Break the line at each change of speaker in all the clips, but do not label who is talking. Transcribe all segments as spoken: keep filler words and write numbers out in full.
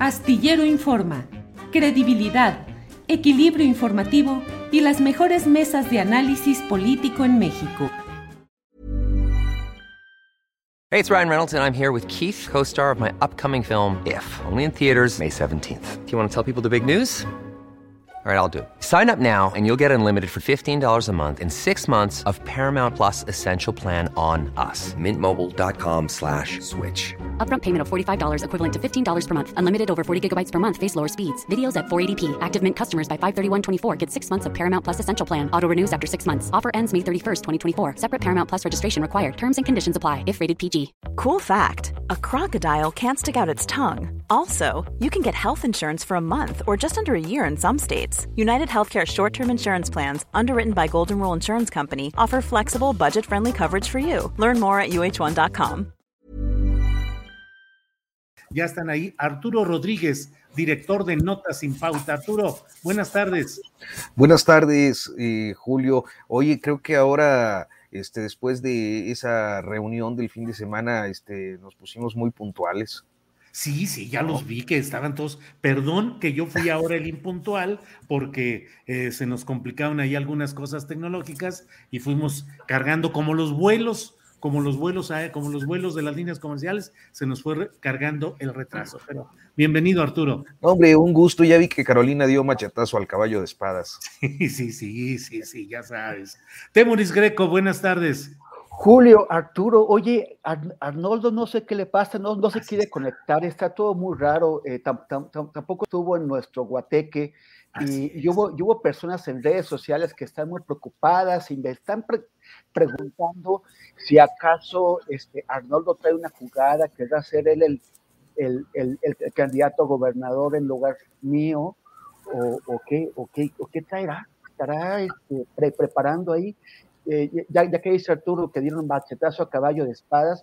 Astillero Informa, credibilidad, equilibrio informativo y las mejores mesas de análisis político en México.
Hey, it's Ryan Reynolds, and I'm here with Keith, co-star of my upcoming film, If, only in theaters May seventeenth. Do you want to tell people the big news? All right, I'll do it. Sign up now and you'll get unlimited for fifteen dollars a month and six months of Paramount Plus Essential Plan on us. Mint Mobile dot com slash switch.
Upfront payment of forty-five dollars equivalent to fifteen dollars per month. Unlimited over forty gigabytes per month. Face lower speeds. Videos at four eighty p. Active Mint customers by five thirty-one twenty-four get six months of Paramount Plus Essential Plan. Auto renews after six months. Offer ends May thirty-first, twenty twenty-four. Separate Paramount Plus registration required. Terms and conditions apply if rated P G.
Cool fact, a crocodile can't stick out its tongue. Also, you can get health insurance for a month or just under a year in some states. United Healthcare short-term insurance plans, underwritten by Golden Rule Insurance Company, offer flexible, budget-friendly coverage for you. Learn more at U H one dot com.
Ya están ahí. Arturo Rodríguez, director de Notas sin Pauta. Arturo, buenas tardes.
Buenas tardes, eh, Julio. Oye, creo que ahora, este, después de esa reunión del fin de semana, este, nos pusimos muy puntuales.
Sí, sí, ya los vi que estaban todos. Perdón que yo fui ahora el impuntual porque eh, se nos complicaron ahí algunas cosas tecnológicas y fuimos cargando como los vuelos, como los vuelos, como los vuelos de las líneas comerciales, se nos fue cargando el retraso. Pero bienvenido, Arturo.
Hombre, un gusto. Ya vi que Carolina dio machetazo al caballo de espadas.
Sí, sí, sí, sí, sí, ya sabes. Temuris Greco, buenas tardes.
Julio, Arturo, oye, Ar- Arnoldo no sé qué le pasa, no, no se quiere conectar, está todo muy raro, eh, tam- tam- tam- tampoco estuvo en nuestro guateque y, y hubo, y hubo personas en redes sociales que están muy preocupadas y me están pre- preguntando si acaso este, Arnoldo trae una jugada que va a ser él el, el, el, el, el candidato a gobernador en lugar mío o, o, qué, o, qué, o qué traerá, estará este, pre- preparando ahí. Eh, ya, ya que dice Arturo que dieron un bachetazo a caballo de espadas,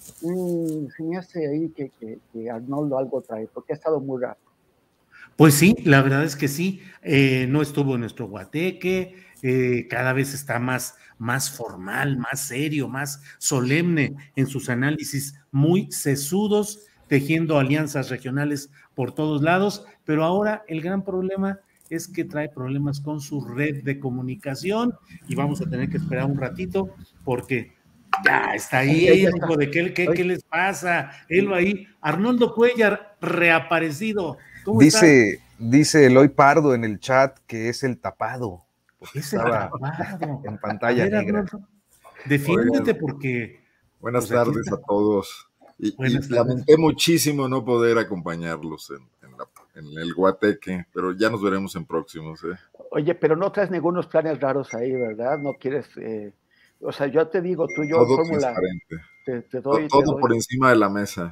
mmm, se me hace ahí que, que, que Arnoldo algo trae, porque ha estado muy raro.
Pues sí, la verdad es que sí, eh, no estuvo en nuestro guateque, eh, cada vez está más, más formal, más serio, más solemne en sus análisis, muy sesudos, tejiendo alianzas regionales por todos lados, pero ahora el gran problema es que trae problemas con su red de comunicación y vamos a tener que esperar un ratito porque ya está ahí,
Sí, ya está.
hijo de qué, qué, qué les pasa, él va ahí. Arnoldo Cuellar, reaparecido. ¿Cómo
Dice,
estás?
dice Eloy Pardo en el chat que es el tapado, porque
Es el
estaba
tapado.
en pantalla
A ver,
negra.
Arnoldo, defiéndete
Oigan,
porque...
buenas
pues, aquí
tardes
está.
a todos. Y,
Buenas
y
tardes.
lamenté muchísimo no poder acompañarlos en, en, la- en el Guateque, pero ya nos veremos en próximos. ¿eh?
Oye, pero no traes ningunos planes raros ahí, ¿verdad? No quieres, eh, o sea, yo te digo, tú y yo,
Todo
fórmula,
transparente,
te, te
to-
doy, te
todo
doy.
por encima de la mesa.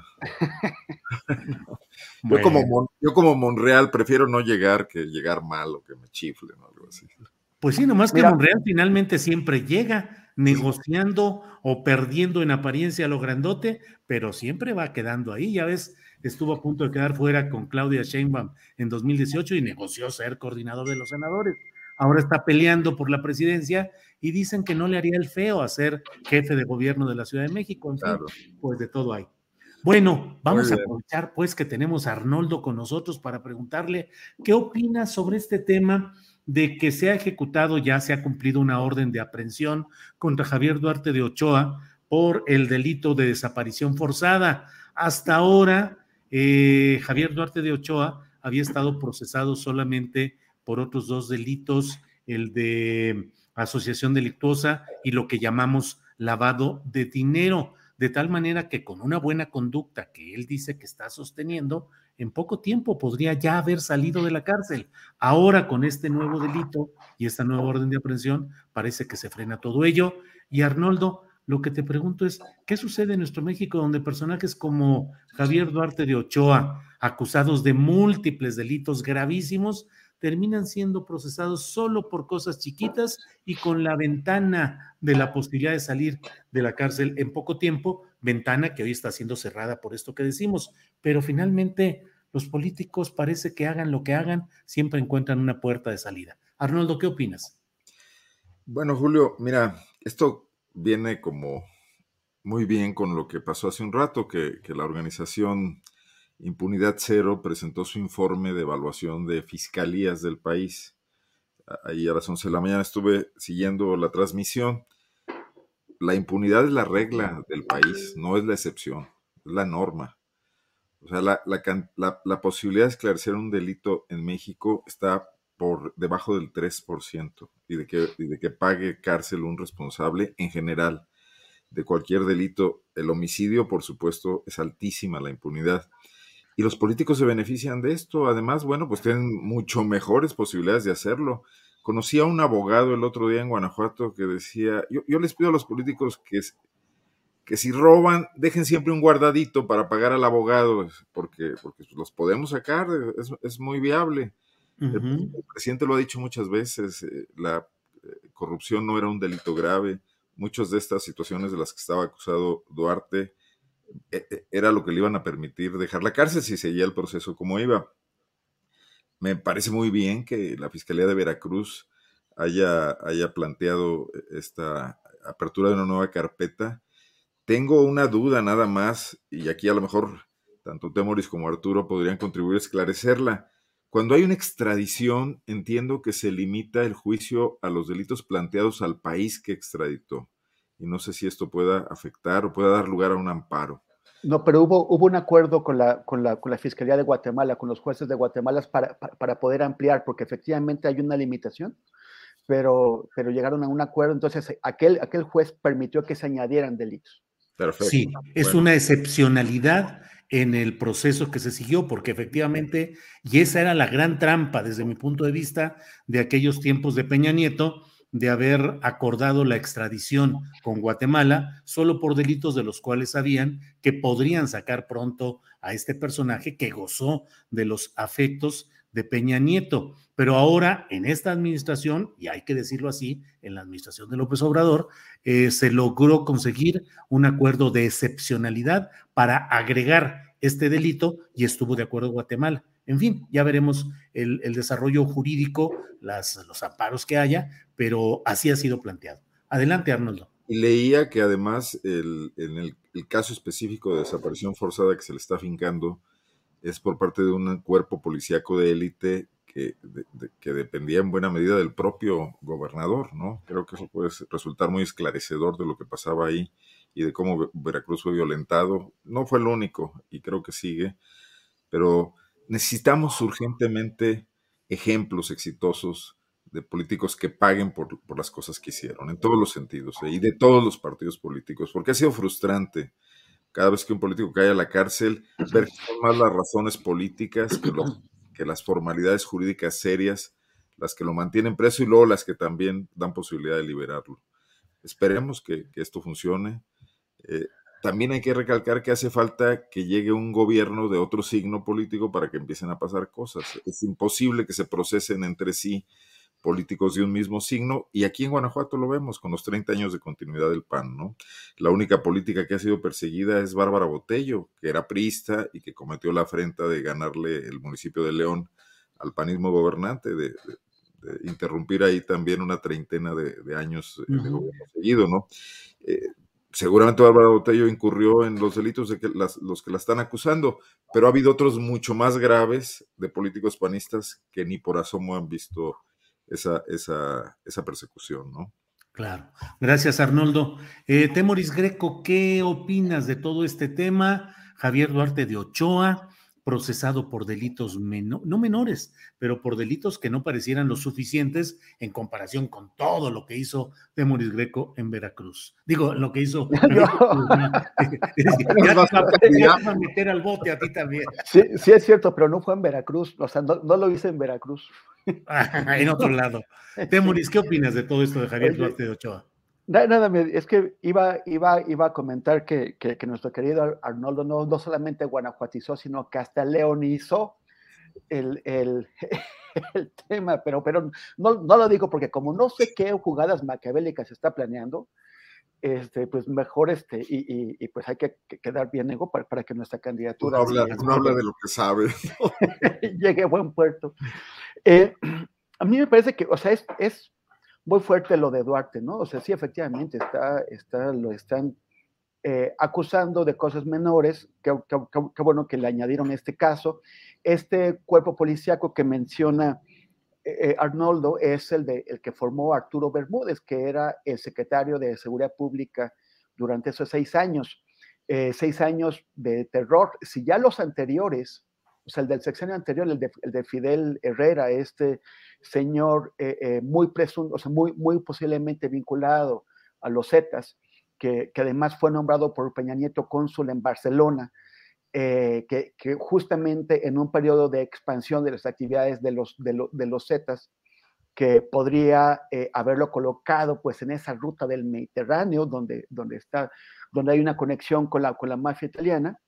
Yo
Bueno.
como, Mon- yo como Monreal prefiero no llegar que llegar mal o que me chiflen o algo así.
Pues sí, nomás que
Mira.
Monreal finalmente siempre llega negociando o perdiendo en apariencia lo grandote, pero siempre va quedando ahí. Ya ves, estuvo a punto de quedar fuera con Claudia Sheinbaum en dos mil dieciocho y negoció ser coordinador de los senadores. Ahora está peleando por la presidencia y dicen que no le haría el feo a ser jefe de gobierno de la Ciudad de México. En
Claro.
fin, pues de todo hay. Bueno, vamos
Muy
a
bien.
aprovechar pues que tenemos a Arnoldo con nosotros para preguntarle qué opina sobre este tema de que se ha ejecutado, ya se ha cumplido una orden de aprehensión contra Javier Duarte de Ochoa por el delito de desaparición forzada. Hasta ahora, eh, Javier Duarte de Ochoa había estado procesado solamente por otros dos delitos, el de asociación delictuosa y lo que llamamos lavado de dinero, de tal manera que con una buena conducta que él dice que está sosteniendo, en poco tiempo podría ya haber salido de la cárcel. Ahora con este nuevo delito y esta nueva orden de aprehensión, parece que se frena todo ello. Y Arnoldo, lo que te pregunto es, ¿qué sucede en nuestro México donde personajes como Javier Duarte de Ochoa, acusados de múltiples delitos gravísimos, terminan siendo procesados solo por cosas chiquitas y con la ventana de la posibilidad de salir de la cárcel en poco tiempo, ventana que hoy está siendo cerrada por esto que decimos, pero finalmente los políticos parece que hagan lo que hagan, siempre encuentran una puerta de salida. Arnoldo, ¿qué opinas?
Bueno, Julio, mira, esto viene como muy bien con lo que pasó hace un rato, que, que la organización Impunidad Cero presentó su informe de evaluación de fiscalías del país. Ahí a las once de la mañana estuve siguiendo la transmisión. La impunidad es la regla del país, no es la excepción, es la norma. O sea, la, la, la, la posibilidad de esclarecer un delito en México está por debajo del tres por ciento y de que, y de que pague cárcel un responsable en general de cualquier delito. El homicidio, por supuesto, es altísima la impunidad. Y los políticos se benefician de esto. Además, bueno, pues tienen mucho mejores posibilidades de hacerlo. Conocí a un abogado el otro día en Guanajuato que decía, yo, yo les pido a los políticos que, que si roban, dejen siempre un guardadito para pagar al abogado, porque, porque los podemos sacar, es, es muy viable. Uh-huh. el, el presidente lo ha dicho muchas veces, eh, la eh, corrupción no era un delito grave. Muchas de estas situaciones de las que estaba acusado Duarte eh, era lo que le iban a permitir dejar la cárcel si seguía el proceso como iba. Me parece muy bien que la Fiscalía de Veracruz haya, haya planteado esta apertura de una nueva carpeta. Tengo una duda nada más, y aquí a lo mejor tanto Temoris como Arturo podrían contribuir a esclarecerla. Cuando hay una extradición, entiendo que se limita el juicio a los delitos planteados al país que extraditó. Y no sé si esto pueda afectar o pueda dar lugar a un amparo.
No, pero hubo, hubo un acuerdo con la, con, la, con la Fiscalía de Guatemala, con los jueces de Guatemala para, para, para poder ampliar, porque efectivamente hay una limitación, pero, pero llegaron a un acuerdo, entonces aquel, aquel juez permitió que se añadieran delitos.
Perfecto. Sí, es bueno. Una excepcionalidad en el proceso que se siguió, porque efectivamente, y esa era la gran trampa desde mi punto de vista de aquellos tiempos de Peña Nieto, de haber acordado la extradición con Guatemala solo por delitos de los cuales sabían que podrían sacar pronto a este personaje que gozó de los afectos de Peña Nieto. Pero ahora, en esta administración, y hay que decirlo así, en la administración de López Obrador, eh, se logró conseguir un acuerdo de excepcionalidad para agregar este delito y estuvo de acuerdo Guatemala. En fin, ya veremos el, el desarrollo jurídico, las, los amparos que haya, pero así ha sido planteado. Adelante, Arnoldo.
Y leía que además el, en el, el caso específico de desaparición forzada que se le está afincando es por parte de un cuerpo policíaco de élite que, de, de, que dependía en buena medida del propio gobernador, ¿no? Creo que eso puede resultar muy esclarecedor de lo que pasaba ahí y de cómo Veracruz fue violentado. No fue el único y creo que sigue, pero necesitamos urgentemente ejemplos exitosos de políticos que paguen por, por las cosas que hicieron, en todos los sentidos, ¿eh? Y de todos los partidos políticos, porque ha sido frustrante cada vez que un político cae a la cárcel, ver que son más las razones políticas que, los, que las formalidades jurídicas serias, las que lo mantienen preso y luego las que también dan posibilidad de liberarlo. Esperemos que, que esto funcione. Eh, También hay que recalcar que hace falta que llegue un gobierno de otro signo político para que empiecen a pasar cosas. Es imposible que se procesen entre sí políticos de un mismo signo, y aquí en Guanajuato lo vemos con los treinta años de continuidad del P A N, ¿no? La única política que ha sido perseguida es Bárbara Botello, que era priista y que cometió la afrenta de ganarle el municipio de León al panismo gobernante, de, de, de interrumpir ahí también una treintena de, de años uh-huh. de gobierno seguido, ¿no? Eh, Seguramente Bárbara Botello incurrió en los delitos de que las, los que la están acusando, pero ha habido otros mucho más graves de políticos panistas que ni por asomo han visto esa, esa, esa persecución, ¿no?
Claro. Gracias, Arnoldo. Eh, Temoris Greco, ¿qué opinas de todo este tema? Javier Duarte de Ochoa, procesado por delitos menor, no menores, pero por delitos que no parecieran los suficientes en comparación con todo lo que hizo Temoris Greco en Veracruz. Digo, lo que hizo... No. ya te vas a meter al bote a ti también.
Sí, sí es cierto, pero no fue en Veracruz, o sea, no, no lo hice en Veracruz.
En otro lado. Temoris, ¿qué opinas de todo esto de Javier Oye, Duarte de Ochoa?
Nada, es que iba, iba, iba a comentar que, que, que nuestro querido Arnoldo no, no solamente guanajuatizó, sino que hasta leonizó el, el, el tema, pero, pero no, no lo digo porque como no sé qué jugadas maquiavélicas se está planeando, este, pues mejor este, y, y, y pues hay que, que quedar bien ego para, para que nuestra candidatura...
No habla, no habla de lo que sabe.
Llegue a buen puerto. Eh, a mí me parece que, o sea, es... es muy fuerte lo de Duarte, ¿no? O sea, sí, efectivamente, está, está, lo están eh, acusando de cosas menores, que, que, que, que bueno que le añadieron este caso. Este cuerpo policíaco que menciona eh, Arnoldo es el, de, el que formó Arturo Bermúdez, que era el secretario de Seguridad Pública durante esos seis años, eh, seis años de terror. Si ya los anteriores, o sea, el del sexenio anterior, el de, el de Fidel Herrera, este señor eh, eh, muy presunto, o sea, muy, muy posiblemente vinculado a los Zetas, que, que además fue nombrado por Peña Nieto cónsul en Barcelona, eh, que, que justamente en un periodo de expansión de las actividades de los, de lo, de los Zetas, que podría eh, haberlo colocado pues en esa ruta del Mediterráneo, donde, donde, está, donde hay una conexión con la, con la mafia italiana,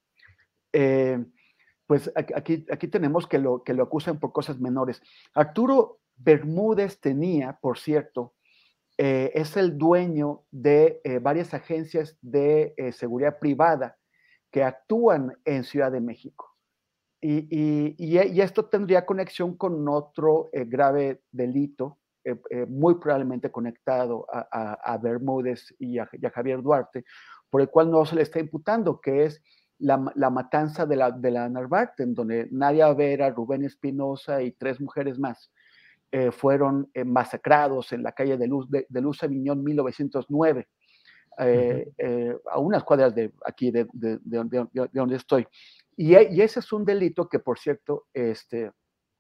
eh, pues aquí, aquí tenemos que lo, que lo acusan por cosas menores. Arturo Bermúdez tenía, por cierto, eh, es el dueño de eh, varias agencias de eh, seguridad privada que actúan en Ciudad de México. Y, y, y esto tendría conexión con otro eh, grave delito, eh, eh, muy probablemente conectado a, a, a Bermúdez y a, y a Javier Duarte, por el cual no se le está imputando, que es la, la matanza de la, de la Narvarte, en donde Nadia Vera, Rubén Espinosa y tres mujeres más eh, fueron eh, masacrados en la calle de Luz, de, de Luz Aviñón mil novecientos nueve. Eh, uh-huh. eh, a unas cuadras de aquí, de, de, de, de, de donde estoy. Y, y ese es un delito que, por cierto, este,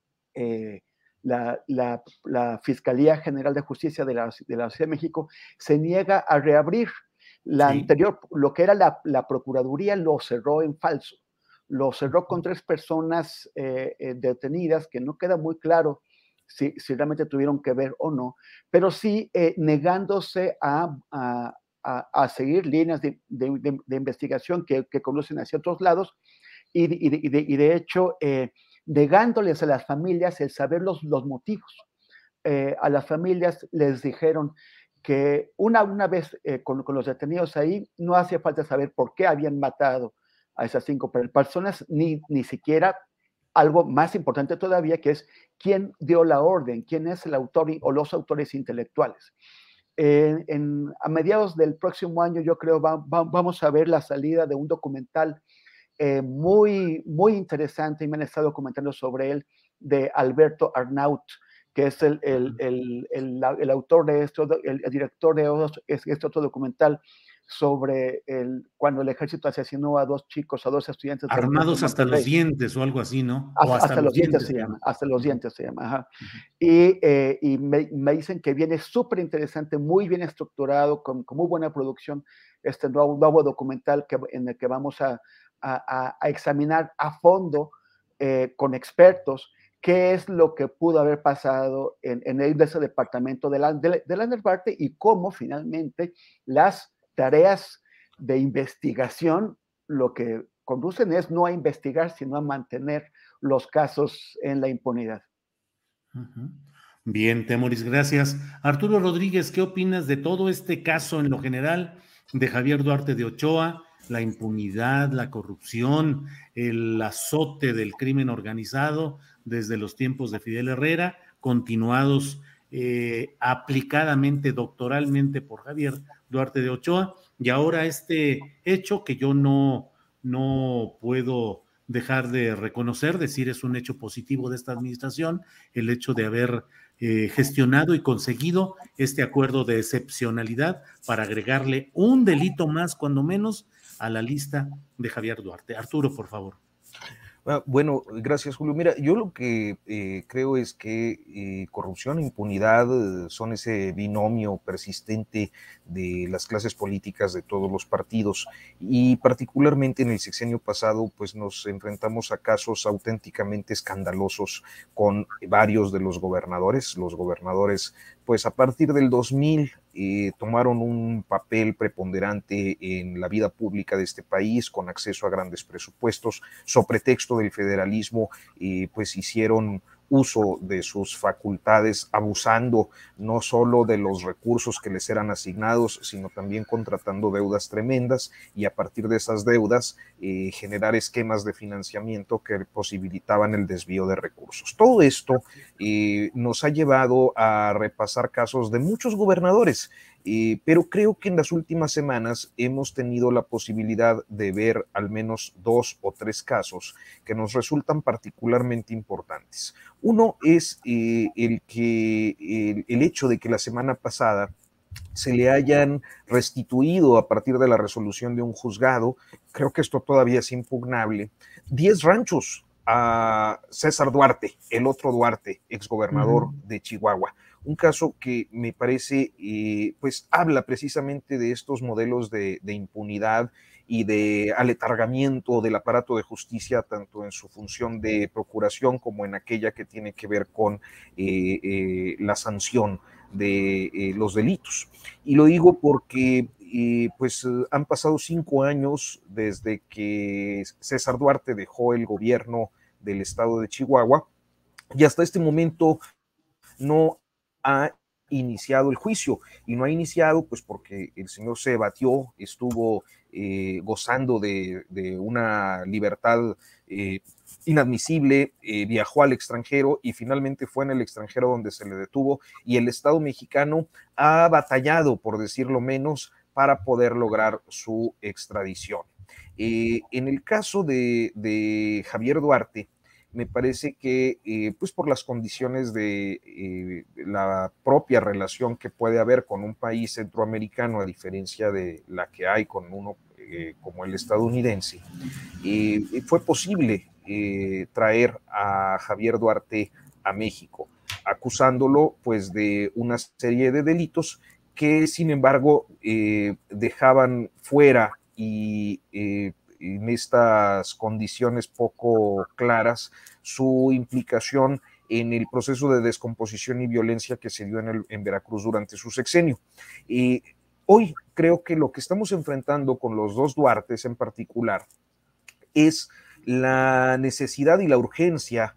eh, la, la, la Fiscalía General de Justicia de la, de la Ciudad de México se niega a reabrir. La sí. anterior, lo que era la, la Procuraduría, lo cerró en falso. Lo cerró con tres personas eh, eh, detenidas, que no queda muy claro si, si realmente tuvieron que ver o no, pero sí eh, negándose a, a A, a seguir líneas de, de, de, de investigación que, que conducen hacia otros lados y, y, de, y, de, y de hecho eh, negándoles a las familias el saber los, los motivos. Eh, a las familias les dijeron que una, una vez eh, con, con los detenidos ahí no hacía falta saber por qué habían matado a esas cinco personas, ni, ni siquiera algo más importante todavía, que es quién dio la orden, quién es el autor o los autores intelectuales. Eh, en, a mediados del próximo año, yo creo, va, va, vamos a ver la salida de un documental eh, muy, muy interesante, y me han estado comentando sobre él, de Alberto Arnaut, que es el, el, el, el, el autor de esto, el, el director de este otro documental sobre el, cuando el ejército asesinó a dos chicos, a dos estudiantes.
Armados hasta los dientes o algo así, ¿no?
Hasta,
o hasta,
hasta los, los dientes, dientes se llama, hasta los dientes se llama, ajá. Uh-huh. Y, eh, y me, me dicen que viene súper interesante, muy bien estructurado, con, con muy buena producción, este nuevo, nuevo documental que, en el que vamos a, a, a examinar a fondo eh, con expertos qué es lo que pudo haber pasado en, en el, ese departamento de la, de, de la Narvarte y cómo finalmente las tareas de investigación lo que conducen es no a investigar, sino a mantener los casos en la impunidad.
Uh-huh. Bien, Temoris, gracias. Arturo Rodríguez, ¿qué opinas de todo este caso en lo general de Javier Duarte de Ochoa, la impunidad, la corrupción, el azote del crimen organizado desde los tiempos de Fidel Herrera, continuados eh, aplicadamente, doctoralmente por Javier Duarte de Ochoa, y ahora este hecho que yo no, no puedo dejar de reconocer, decir es un hecho positivo de esta administración, el hecho de haber eh, gestionado y conseguido este acuerdo de excepcionalidad para agregarle un delito más, cuando menos, a la lista de Javier Duarte. Arturo, por favor.
Bueno, gracias, Julio. Mira, yo lo que eh, creo es que eh, corrupción e impunidad eh, son ese binomio persistente de las clases políticas de todos los partidos, y particularmente en el sexenio pasado pues nos enfrentamos a casos auténticamente escandalosos con varios de los gobernadores. Los gobernadores pues a partir del dos mil eh, tomaron un papel preponderante en la vida pública de este país, con acceso a grandes presupuestos, sobre pretexto del federalismo, eh, pues hicieron uso de sus facultades, abusando no solo de los recursos que les eran asignados, sino también contratando deudas tremendas, y a partir de esas deudas eh, generar esquemas de financiamiento que posibilitaban el desvío de recursos. Todo esto eh, nos ha llevado a repasar casos de muchos gobernadores. Eh, pero creo que en las últimas semanas hemos tenido la posibilidad de ver al menos dos o tres casos que nos resultan particularmente importantes. Uno es eh, el, que, el, el hecho de que la semana pasada se le hayan restituido a partir de la resolución de un juzgado, creo que esto todavía es impugnable, diez ranchos a César Duarte, el otro Duarte, exgobernador uh-huh. de Chihuahua. Un caso que me parece, eh, pues habla precisamente de estos modelos de, de impunidad y de aletargamiento del aparato de justicia, tanto en su función de procuración como en aquella que tiene que ver con eh, eh, la sanción de eh, los delitos. Y lo digo porque eh, pues han pasado cinco años desde que César Duarte dejó el gobierno del estado de Chihuahua y hasta este momento no ha iniciado el juicio, y no ha iniciado pues porque el señor se batió, estuvo eh, gozando de, de una libertad eh, inadmisible, eh, viajó al extranjero y finalmente fue en el extranjero donde se le detuvo, y el Estado mexicano ha batallado, por decirlo menos, para poder lograr su extradición. Eh, en el caso de, de Javier Duarte, me parece que eh, pues por las condiciones de eh, la propia relación que puede haber con un país centroamericano, a diferencia de la que hay con uno eh, como el estadounidense, eh, fue posible eh, traer a Javier Duarte a México, acusándolo pues de una serie de delitos que sin embargo eh, dejaban fuera y eh, en estas condiciones poco claras su implicación en el proceso de descomposición y violencia que se dio en, el, en Veracruz durante su sexenio. Eh, hoy creo que lo que estamos enfrentando con los dos Duartes en particular es la necesidad y la urgencia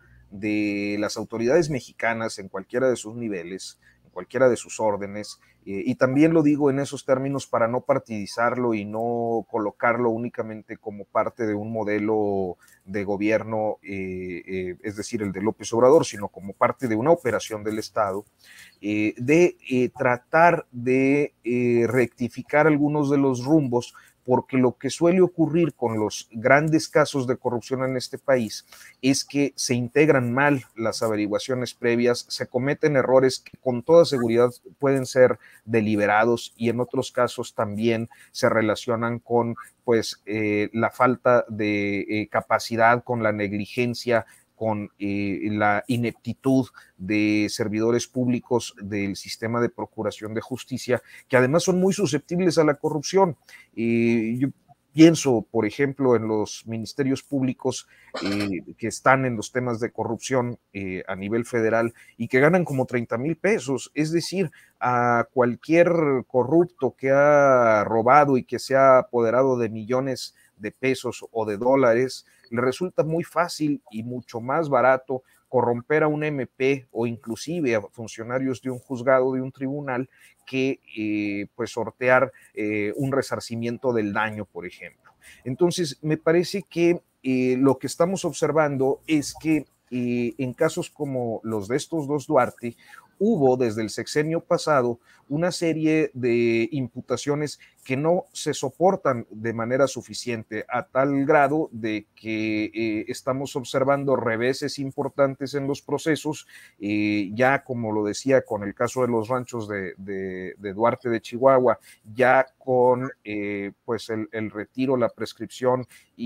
de las autoridades mexicanas en cualquiera de sus niveles, en cualquiera de sus órdenes, eh, y también lo digo en esos términos para no partidizarlo y no colocarlo únicamente como parte de un modelo de gobierno, eh, eh, es decir, el de López Obrador, sino como parte de una operación del Estado, eh, de eh, tratar de eh, rectificar algunos de los rumbos, porque lo que suele ocurrir con los grandes casos de corrupción en este país es que se integran mal las averiguaciones previas, se cometen errores que con toda seguridad pueden ser deliberados y en otros casos también se relacionan con pues eh, la falta de eh, capacidad, con la negligencia, con eh, la ineptitud de servidores públicos del sistema de procuración de justicia, que además son muy susceptibles a la corrupción. Eh, yo pienso, por ejemplo, en los ministerios públicos eh, que están en los temas de corrupción eh, a nivel federal y que ganan como treinta mil pesos, es decir, a cualquier corrupto que ha robado y que se ha apoderado de millones de pesos o de dólares, le resulta muy fácil y mucho más barato corromper a un eme pe o inclusive a funcionarios de un juzgado, de un tribunal, que eh, pues sortear eh, un resarcimiento del daño, por ejemplo. Entonces, me parece que eh, lo que estamos observando es que eh, en casos como los de estos dos Duarte, hubo desde el sexenio pasado una serie de imputaciones que no se soportan de manera suficiente, a tal grado de que eh, estamos observando reveses importantes en los procesos, eh, ya como lo decía con el caso de los ranchos de, de, de Duarte de Chihuahua, ya con eh, pues el, el retiro, la prescripción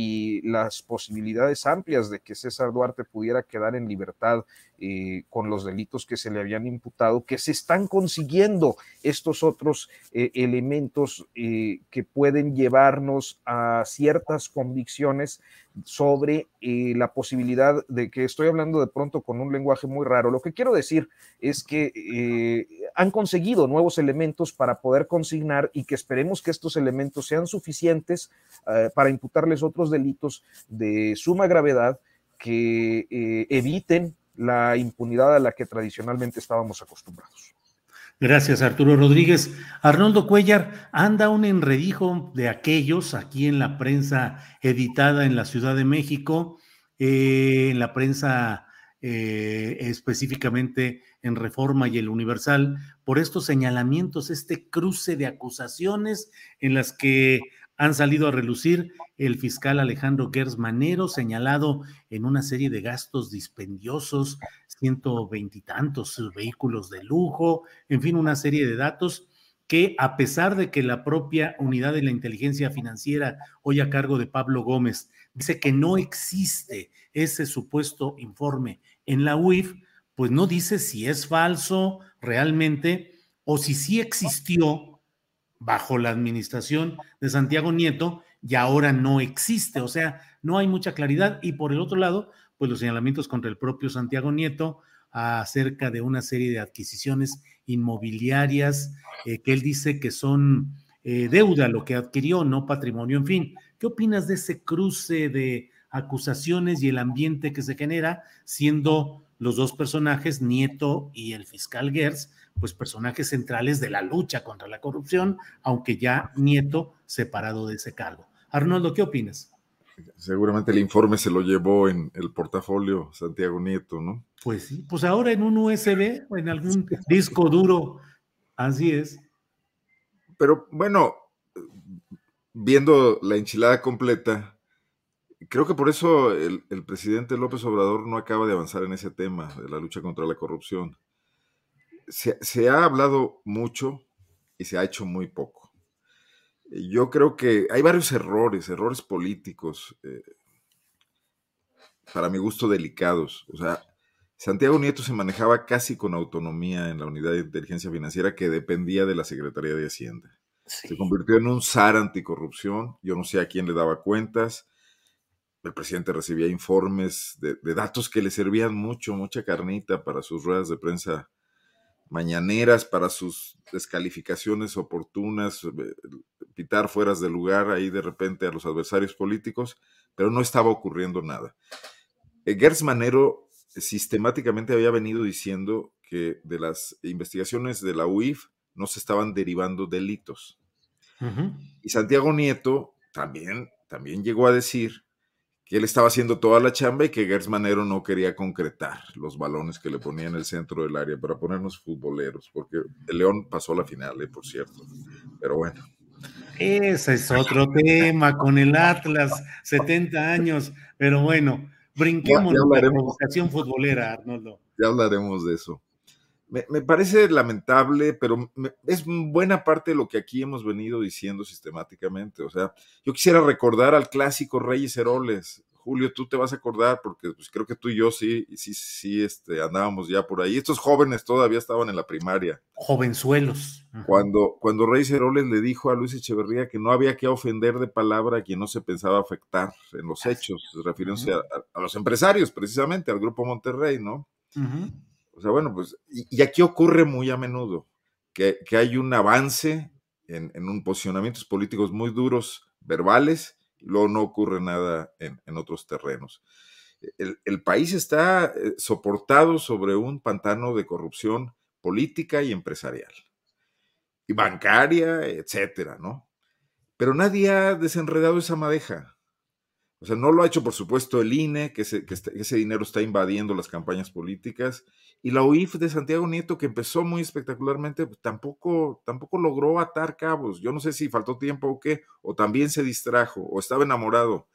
y las posibilidades amplias de que César Duarte pudiera quedar en libertad eh, con los delitos que se le habían imputado, que se están consiguiendo estos otros eh, elementos eh, que pueden llevarnos a ciertas convicciones sobre eh, la posibilidad de que estoy hablando de pronto con un lenguaje muy raro. Lo que quiero decir es que eh, han conseguido nuevos elementos para poder consignar y que esperemos que estos elementos sean suficientes eh, para imputarles otros delitos de suma gravedad que eh, eviten la impunidad a la que tradicionalmente estábamos acostumbrados.
Gracias, Arturo Rodríguez. Arnoldo Cuéllar, anda un enredijo de aquellos aquí en la prensa editada en la Ciudad de México, eh, en la prensa eh, específicamente en Reforma y el Universal, por estos señalamientos, este cruce de acusaciones en las que han salido a relucir el fiscal Alejandro Gers Manero, señalado en una serie de gastos dispendiosos, ciento veintitantos vehículos de lujo, en fin, una serie de datos que, a pesar de que la propia unidad de la inteligencia financiera, hoy a cargo de Pablo Gómez, dice que no existe ese supuesto informe en la U I F, pues no dice si es falso realmente o si sí existió bajo la administración de Santiago Nieto y ahora no existe. O sea, no hay mucha claridad. Y por el otro lado, pues los señalamientos contra el propio Santiago Nieto acerca de una serie de adquisiciones inmobiliarias eh, que él dice que son eh, deuda lo que adquirió, no patrimonio, en fin. ¿Qué opinas de ese cruce de acusaciones y el ambiente que se genera, siendo los dos personajes, Nieto y el fiscal Gers, pues personajes centrales de la lucha contra la corrupción, aunque ya Nieto separado de ese cargo? Arnoldo, ¿qué opinas?
Seguramente el informe se lo llevó en el portafolio Santiago Nieto, ¿no?
Pues sí, pues ahora en un U S B o en algún disco duro, así es.
Pero bueno, viendo la enchilada completa, creo que por eso el, el presidente López Obrador no acaba de avanzar en ese tema de la lucha contra la corrupción. Se, se ha hablado mucho y se ha hecho muy poco. Yo creo que hay varios errores, errores políticos, eh, para mi gusto delicados. O sea, Santiago Nieto se manejaba casi con autonomía en la unidad de inteligencia financiera que dependía de la Secretaría de Hacienda. Sí. Se convirtió en un zar anticorrupción. Yo no sé a quién le daba cuentas. El presidente recibía informes de, de datos que le servían mucho, mucha carnita para sus ruedas de prensa mañaneras, para sus descalificaciones oportunas, pitar fueras de lugar ahí de repente a los adversarios políticos, pero no estaba ocurriendo nada. Gers Manero sistemáticamente había venido diciendo que de las investigaciones de la U I F no se estaban derivando delitos. Uh-huh. Y Santiago Nieto también, también llegó a decir que él estaba haciendo toda la chamba y que Gers Manero no quería concretar los balones que le ponía en el centro del área para ponernos futboleros, porque el León pasó a la final, eh, por cierto. Pero bueno.
Ese es otro tema con el Atlas, setenta años, pero bueno, brinquemos ya, ya la provocación futbolera, Arnoldo.
Ya hablaremos de eso. Me, me parece lamentable, pero me, es buena parte de lo que aquí hemos venido diciendo sistemáticamente. O sea, yo quisiera recordar al clásico Reyes Heroles. Julio, tú te vas a acordar, porque pues, creo que tú y yo sí, sí, sí este, andábamos ya por ahí. Estos jóvenes todavía estaban en la primaria.
Jovenzuelos.
Cuando, cuando Reyes Heroles le dijo a Luis Echeverría que no había que ofender de palabra a quien no se pensaba afectar en los hechos, refiriéndose uh-huh. a, a los empresarios, precisamente, al Grupo Monterrey, ¿no? Uh-huh. O sea, bueno, pues, y, y aquí ocurre muy a menudo que, que hay un avance en, en un posicionamientos políticos muy duros, verbales, y luego no ocurre nada en, en otros terrenos. El, el país está soportado sobre un pantano de corrupción política y empresarial, y bancaria, etcétera, ¿no? Pero nadie ha desenredado esa madeja. O sea, no lo ha hecho, por supuesto, el I N E, que ese, que este, ese dinero está invadiendo las campañas políticas, y la U I F de Santiago Nieto, que empezó muy espectacularmente, pues, tampoco, tampoco logró atar cabos. Yo no sé si faltó tiempo o qué, o también se distrajo, o estaba enamorado.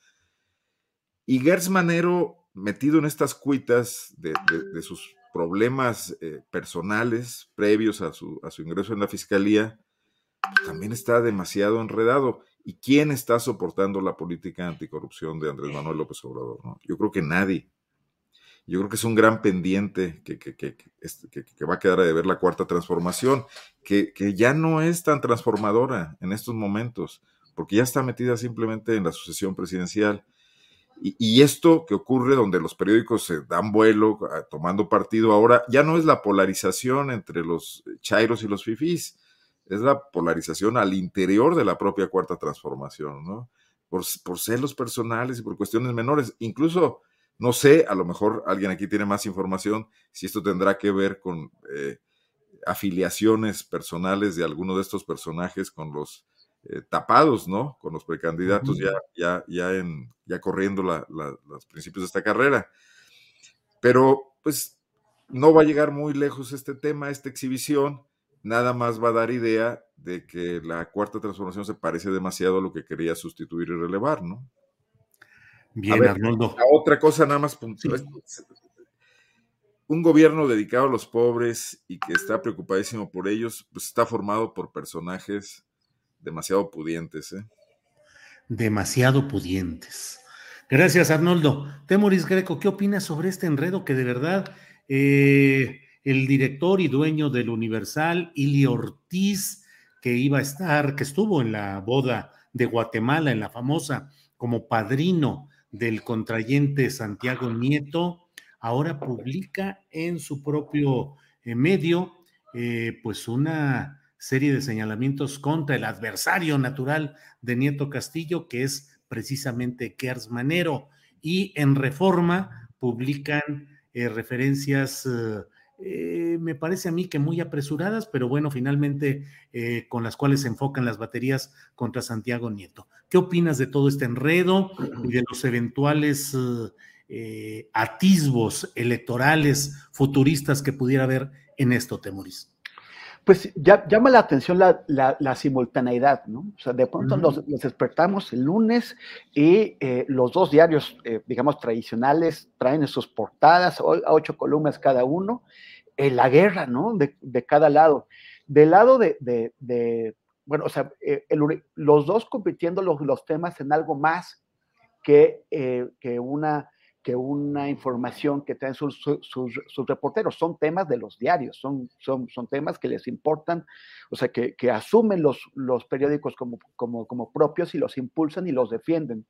Y Gers Manero, metido en estas cuitas de, de, de sus problemas eh, personales previos a su, a su ingreso en la fiscalía, pues, también está demasiado enredado. ¿Y quién está soportando la política anticorrupción de Andrés Manuel López Obrador, ¿no? Yo creo que nadie. Yo creo que es un gran pendiente que, que, que, que, que va a quedar a deber la cuarta transformación, que, que ya no es tan transformadora en estos momentos, porque ya está metida simplemente en la sucesión presidencial. Y, y esto que ocurre donde los periódicos se dan vuelo tomando partido ahora, ya no es la polarización entre los chairos y los fifís, es la polarización al interior de la propia cuarta transformación, ¿no? Por, por celos personales y por cuestiones menores. Incluso, no sé, a lo mejor alguien aquí tiene más información, si esto tendrá que ver con eh, afiliaciones personales de alguno de estos personajes con los eh, tapados, ¿no? Con los precandidatos uh-huh. ya, ya, ya, en, ya corriendo la, la, los principios de esta carrera. Pero pues no va a llegar muy lejos este tema, esta exhibición, nada más va a dar idea de que la Cuarta Transformación se parece demasiado a lo que quería sustituir y relevar, ¿no?
Bien,
a ver,
Arnoldo.
La otra cosa nada más puntual. Sí. Un gobierno dedicado a los pobres y que está preocupadísimo por ellos, pues está formado por personajes demasiado pudientes, ¿eh?
Demasiado pudientes. Gracias, Arnoldo. Temoris Greco, ¿qué opinas sobre este enredo que de verdad eh, el director y dueño del Universal, Ili Ortiz, que iba a estar, que estuvo en la boda de Guatemala, en la famosa, como padrino del contrayente Santiago Nieto, ahora publica en su propio eh, medio, eh, pues una serie de señalamientos contra el adversario natural de Nieto Castillo, que es precisamente Gers Manero, y en Reforma publican eh, referencias, eh, eh, me parece a mí que muy apresuradas, pero bueno, finalmente eh, con las cuales se enfocan las baterías contra Santiago Nieto. ¿Qué opinas de todo este enredo y de los eventuales eh, eh, atisbos electorales futuristas que pudiera haber en esto, Temoris?
Pues ya, llama la atención la, la, la simultaneidad, ¿no? O sea, de pronto
Uh-huh.
nos, nos despertamos el lunes y eh, los dos diarios, eh, digamos, tradicionales traen en sus portadas, o, a ocho columnas cada uno, eh, la guerra, ¿no? De, de cada lado. Del lado de, de, de bueno, o sea, eh, el, los dos compitiendo los, los temas en algo más que, eh, que una... que una información que traen sus, sus, sus reporteros. Son temas de los diarios, son, son, son temas que les importan, o sea, que, que asumen los, los periódicos como, como, como propios y los impulsan y los defienden.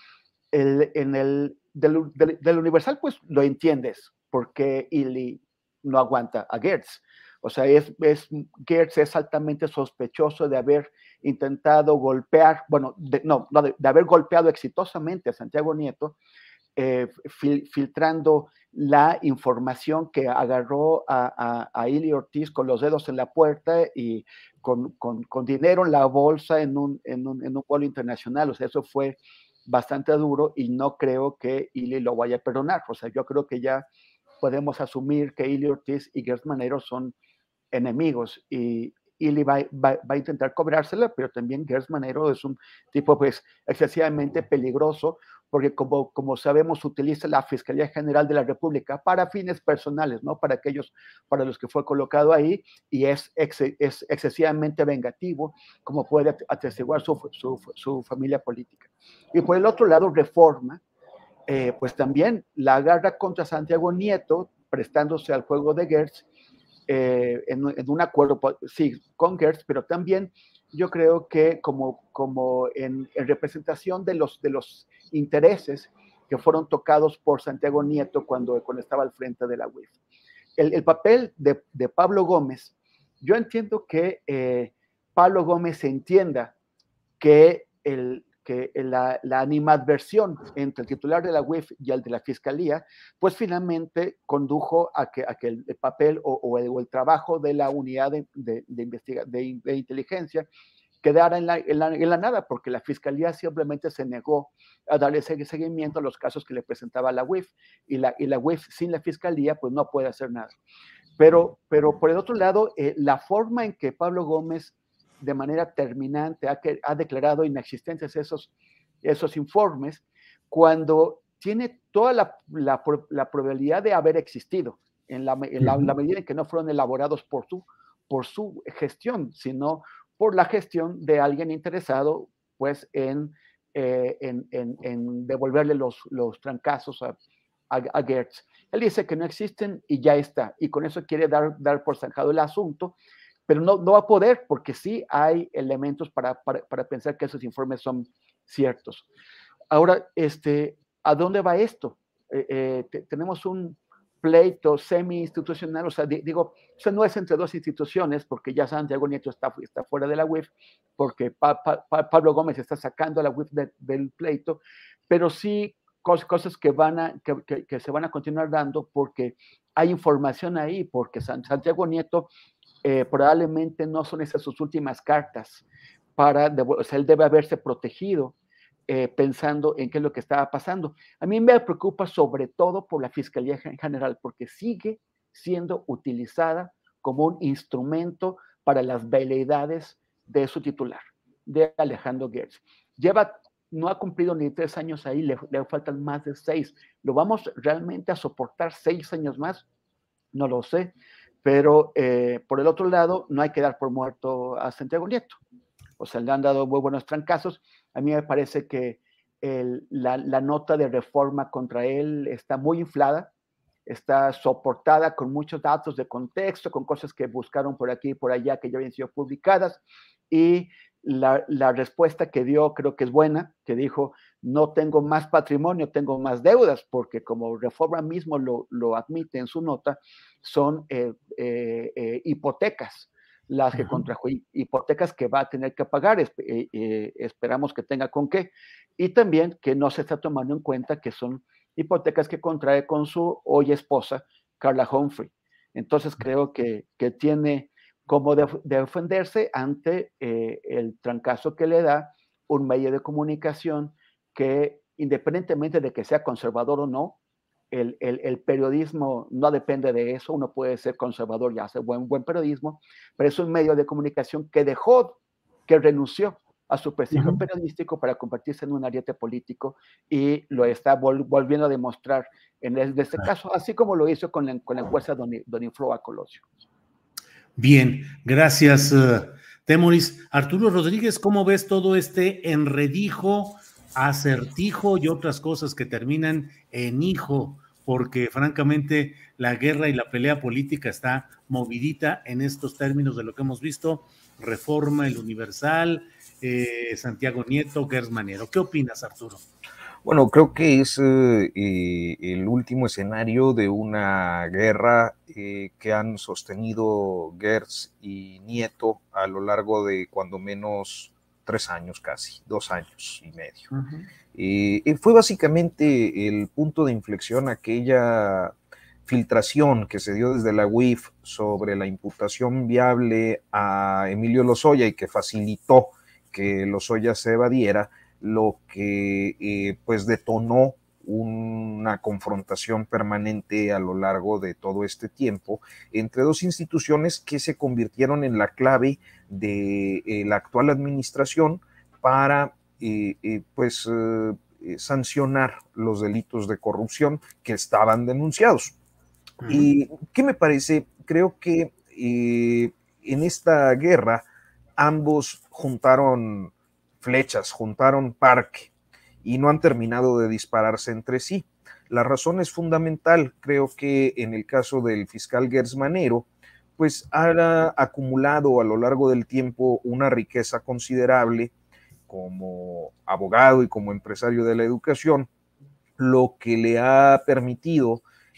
El, en el del, del, del Universal, pues lo entiendes, porque Ili no aguanta a Gers. O sea, es, es, Gers es altamente sospechoso de haber intentado golpear, bueno, de, no, no de, de haber golpeado exitosamente a Santiago Nieto, Eh, fil, filtrando la información que agarró a, a, a Ili Ortiz con los dedos en la puerta y con, con, con dinero en la bolsa en un, en, un, en un vuelo internacional. O sea, eso fue bastante duro y no creo que Ili lo vaya a perdonar. O sea, yo creo que ya podemos asumir que Ili Ortiz y Gers Manero son enemigos y Ili va, va, va a intentar cobrársela, pero también Gers Manero es un tipo pues excesivamente peligroso porque como, como sabemos utiliza la Fiscalía General de la República para fines personales, ¿no? Para aquellos para los que fue colocado ahí y es, ex, es excesivamente vengativo, como puede atestiguar su, su, su familia política. Y por el otro lado, Reforma, eh, pues también la agarra contra Santiago Nieto, prestándose al juego de Gers, Eh, en, en un acuerdo, sí, con Gers, pero también yo creo que como, como en, en representación de los, de los intereses que fueron tocados por Santiago Nieto cuando, cuando estaba al frente de la U I F. El, el papel de, de Pablo Gómez, yo entiendo que eh, Pablo Gómez entienda que el, que la, la animadversión entre el titular de la U I F y el de la Fiscalía, pues finalmente condujo a que, a que el, el papel o, o, el, o el trabajo de la unidad de, de, de, investiga, de, de inteligencia quedara en la, en, la, en la nada, porque la Fiscalía simplemente se negó a darle seguimiento a los casos que le presentaba la U I F, y la, y la U I F sin la Fiscalía pues no puede hacer nada. Pero, pero por el otro lado, eh, la forma en que Pablo Gómez de manera terminante ha, que, ha declarado inexistentes esos, esos informes, cuando tiene toda la, la, la probabilidad de haber existido, en, la, en la, la medida en que no fueron elaborados por su, por su gestión, sino por la gestión de alguien interesado pues, en, eh, en, en, en devolverle los, los trancazos a, a, a Gers. Él dice que no existen y ya está, y con eso quiere dar, dar por zanjado el asunto, pero no, no va a poder porque sí hay elementos para, para, para pensar que esos informes son ciertos. Ahora, este, ¿a dónde va esto? Eh, eh, te, tenemos un pleito semi-institucional, o sea, di, digo, o sea, no es entre dos instituciones, porque ya Santiago Nieto está, está fuera de la U I F, porque pa, pa, pa, Pablo Gómez está sacando a la U I F de, del pleito, pero sí cos, cosas que, van a, que, que, que se van a continuar dando porque hay información ahí, porque San, Santiago Nieto Eh, probablemente no son esas sus últimas cartas para, o sea, él debe haberse protegido eh, pensando en qué es lo que estaba pasando. A mí me preocupa sobre todo por la Fiscalía General, porque sigue siendo utilizada como un instrumento para las veleidades de su titular, de Alejandro Gertz. Lleva, no ha cumplido ni tres años ahí, le, le faltan más de seis. ¿Lo vamos realmente a soportar seis años más? No lo sé, pero eh, por el otro lado, no hay que dar por muerto a Santiago Nieto. O sea, le han dado muy buenos trancazos. A mí me parece que el, la, la nota de reforma contra él está muy inflada, está soportada con muchos datos de contexto, con cosas que buscaron por aquí y por allá que ya habían sido publicadas, y la, la respuesta que dio creo que es buena, que dijo, no tengo más patrimonio, tengo más deudas, porque como Reforma mismo lo, lo admite en su nota, son eh, eh, eh, hipotecas las que uh-huh. contrajo, hipotecas que va a tener que pagar, eh, eh, esperamos que tenga con qué, y también que no se está tomando en cuenta que son hipotecas que contrae con su hoy esposa, Carla Humphrey. Entonces creo que, que tiene como de, de defenderse ante eh, el trancazo que le da un medio de comunicación que, independientemente de que sea conservador o no, el, el, el periodismo no depende de eso, uno puede ser conservador y hacer buen, buen periodismo, pero es un medio de comunicación que dejó, que renunció a su prestigio uh-huh. periodístico para convertirse en un ariete político y lo está vol- volviendo a demostrar en, el, en este caso, así como lo hizo con la, con la encuesta Don, Don Infloa Colosio.
Bien, gracias, uh, Temoris. Arturo Rodríguez, ¿cómo ves todo este enredijo, acertijo y otras cosas que terminan en hijo? Porque francamente la guerra y la pelea política está movidita en estos términos de lo que hemos visto, Reforma, El Universal, eh, Santiago Nieto, Gertz Manero. ¿Qué opinas, Arturo?
Bueno, creo que es eh, el último escenario de una guerra eh, que han sostenido Gertz y Nieto a lo largo de cuando menos tres años casi, dos años y medio. Uh-huh. Eh, fue básicamente el punto de inflexión aquella filtración que se dio desde la U I F sobre la imputación viable a Emilio Lozoya y que facilitó que Lozoya se evadiera, lo que eh, pues detonó una confrontación permanente a lo largo de todo este tiempo entre dos instituciones que se convirtieron en la clave de eh, la actual administración para eh, eh, pues eh, sancionar los delitos de corrupción que estaban denunciados. Uh-huh. ¿Y qué me parece? Creo que eh, en esta guerra ambos juntaron flechas, juntaron parque y no han terminado de dispararse entre sí. La razón es fundamental, creo que en el caso del fiscal Gertz Manero, pues ha acumulado a lo largo del tiempo una riqueza considerable como abogado y como empresario de la educación, lo que le ha permitido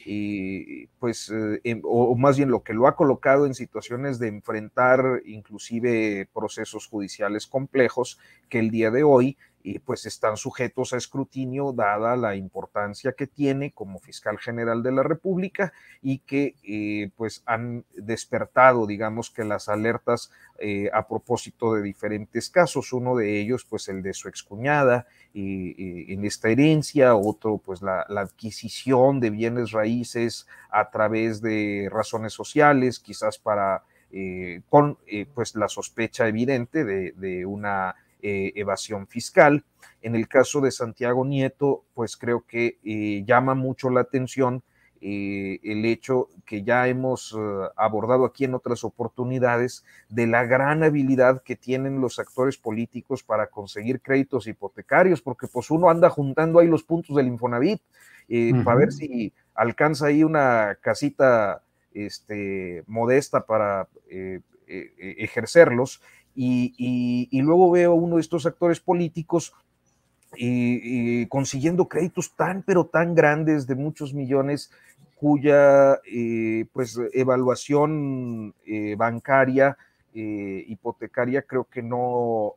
Eh, pues, eh, o, o más bien lo que lo ha colocado en situaciones de enfrentar inclusive procesos judiciales complejos que el día de hoy eh, pues están sujetos a escrutinio dada la importancia que tiene como fiscal general de la República y que eh, pues han despertado, digamos que las alertas eh, a propósito de diferentes casos, uno de ellos pues el de su excuñada eh, eh, en esta herencia, otro pues la, la adquisición de bienes raíces a través de razones sociales, quizás para eh, con eh, pues la sospecha evidente de, de una Eh, evasión fiscal. En el caso de Santiago Nieto, pues creo que eh, llama mucho la atención eh, el hecho que ya hemos uh, abordado aquí en otras oportunidades de la gran habilidad que tienen los actores políticos para conseguir créditos hipotecarios, porque pues uno anda juntando ahí los puntos del Infonavit eh, uh-huh. para ver si alcanza ahí una casita este, modesta para eh, eh, ejercerlos. Y, y, y luego veo uno de estos actores políticos y, y consiguiendo créditos tan, pero tan grandes de muchos millones, cuya eh, pues, evaluación eh, bancaria, eh, hipotecaria, creo que no,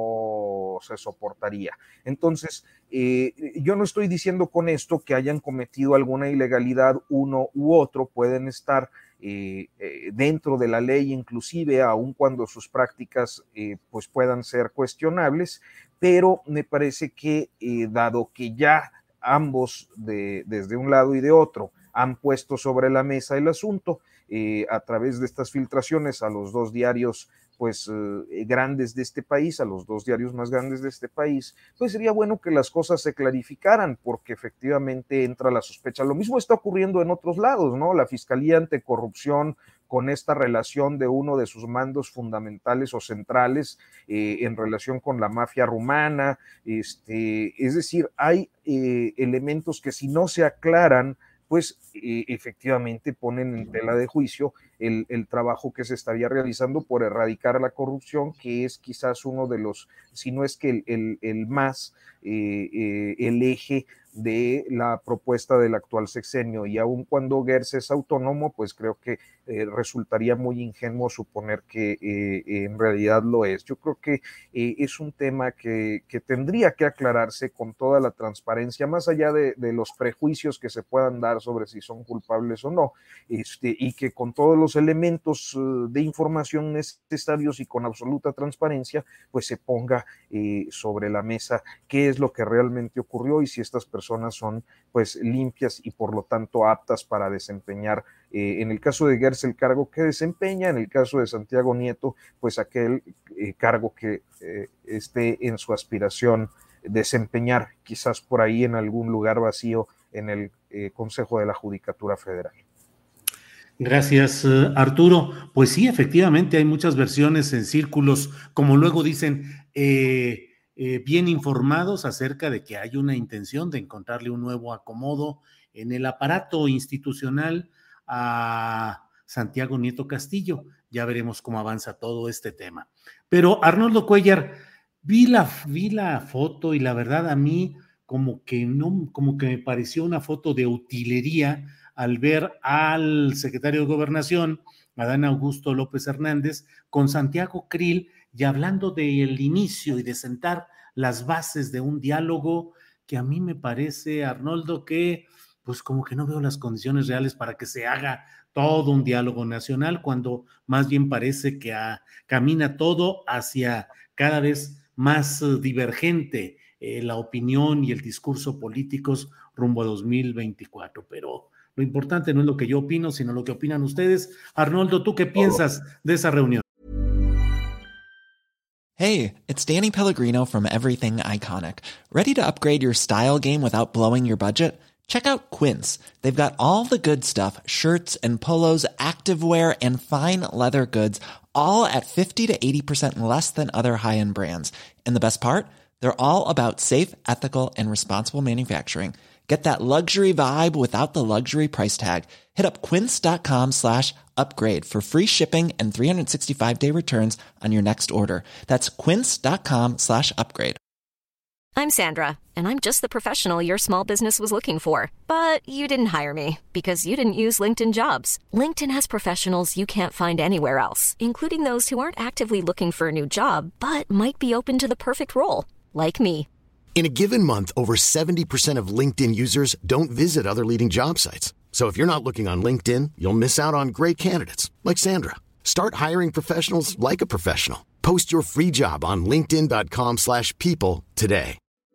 no se soportaría. Entonces, eh, yo no estoy diciendo con esto que hayan cometido alguna ilegalidad uno u otro, pueden estar eh, eh, dentro de la ley inclusive, aun cuando sus prácticas eh, pues puedan ser cuestionables, pero me parece que eh, dado que ya ambos de, desde un lado y de otro han puesto sobre la mesa el asunto eh, a través de estas filtraciones a los dos diarios pues eh, grandes de este país, a los dos diarios más grandes de este país, pues sería bueno que las cosas se clarificaran, porque efectivamente entra la sospecha. Lo mismo está ocurriendo en otros lados, ¿no? La Fiscalía Anticorrupción, con esta relación de uno de sus mandos fundamentales o centrales eh, en relación con la mafia rumana, este, es decir, hay eh, elementos que si no se aclaran, pues eh, efectivamente ponen en tela de juicio el, el trabajo que se estaría realizando por erradicar la corrupción, que es quizás uno de los, si no es que el, el, el más, eh, eh, el eje de la propuesta del actual sexenio, y aun cuando Gertz es autónomo, pues creo que eh, resultaría muy ingenuo suponer que eh, en realidad lo es. Yo creo que eh, es un tema que, que tendría que aclararse con toda la transparencia, más allá de, de los prejuicios que se puedan dar sobre si son culpables o no, este, y que con todos los elementos uh, de información necesarios y con absoluta transparencia, pues se ponga eh, sobre la mesa qué es lo que realmente ocurrió y si estas personas personas son pues limpias y por lo tanto aptas para desempeñar eh, en el caso de Gertz el cargo que desempeña, en el caso de Santiago Nieto pues aquel eh, cargo que eh, esté en su aspiración desempeñar, quizás por ahí en algún lugar vacío en el eh, Consejo de la Judicatura Federal.
Gracias, Arturo. Pues sí, efectivamente hay muchas versiones en círculos, como luego dicen, eh, Eh, bien informados acerca de que hay una intención de encontrarle un nuevo acomodo en el aparato institucional a Santiago Nieto Castillo. Ya veremos cómo avanza todo este tema. Pero Arnoldo Cuéllar, vi la, vi la foto y la verdad a mí como que no, como que me pareció una foto de utilería al ver al secretario de Gobernación, Adán Augusto López Hernández, con Santiago Krill, y hablando del inicio y de sentar las bases de un diálogo que a mí me parece, Arnoldo, que pues como que no veo las condiciones reales para que se haga todo un diálogo nacional, cuando más bien parece que a, camina todo hacia cada vez más uh, divergente eh, la opinión y el discurso políticos rumbo a dos mil veinticuatro, pero lo importante no es lo que yo opino, sino lo que opinan ustedes. Arnoldo, ¿tú qué piensas de esa reunión?
Hey, it's Danny Pellegrino from Everything Iconic. Ready to upgrade your style game without blowing your budget? Check out Quince. They've got all the good stuff, shirts and polos, activewear, and fine leather goods, all at fifty to eighty percent less than other high-end brands. And the best part? They're all about safe, ethical, and responsible manufacturing. Get that luxury vibe without the luxury price tag. Hit up quince.com slash upgrade for free shipping and three sixty-five day returns on your next order. That's quince.com slash upgrade.
I'm Sandra, and I'm just the professional your small business was looking for. But you didn't hire me because you didn't use LinkedIn Jobs. LinkedIn has professionals you can't find anywhere else, including those who aren't actively looking for a new job, but might be open to the perfect role, like me.
In a given month, over seventy percent of LinkedIn users don't visit other leading job sites. So if you're not looking on LinkedIn, you'll miss out on great candidates like Sandra. Start hiring professionals like a professional. Post your free job on linkedin.com slash people today.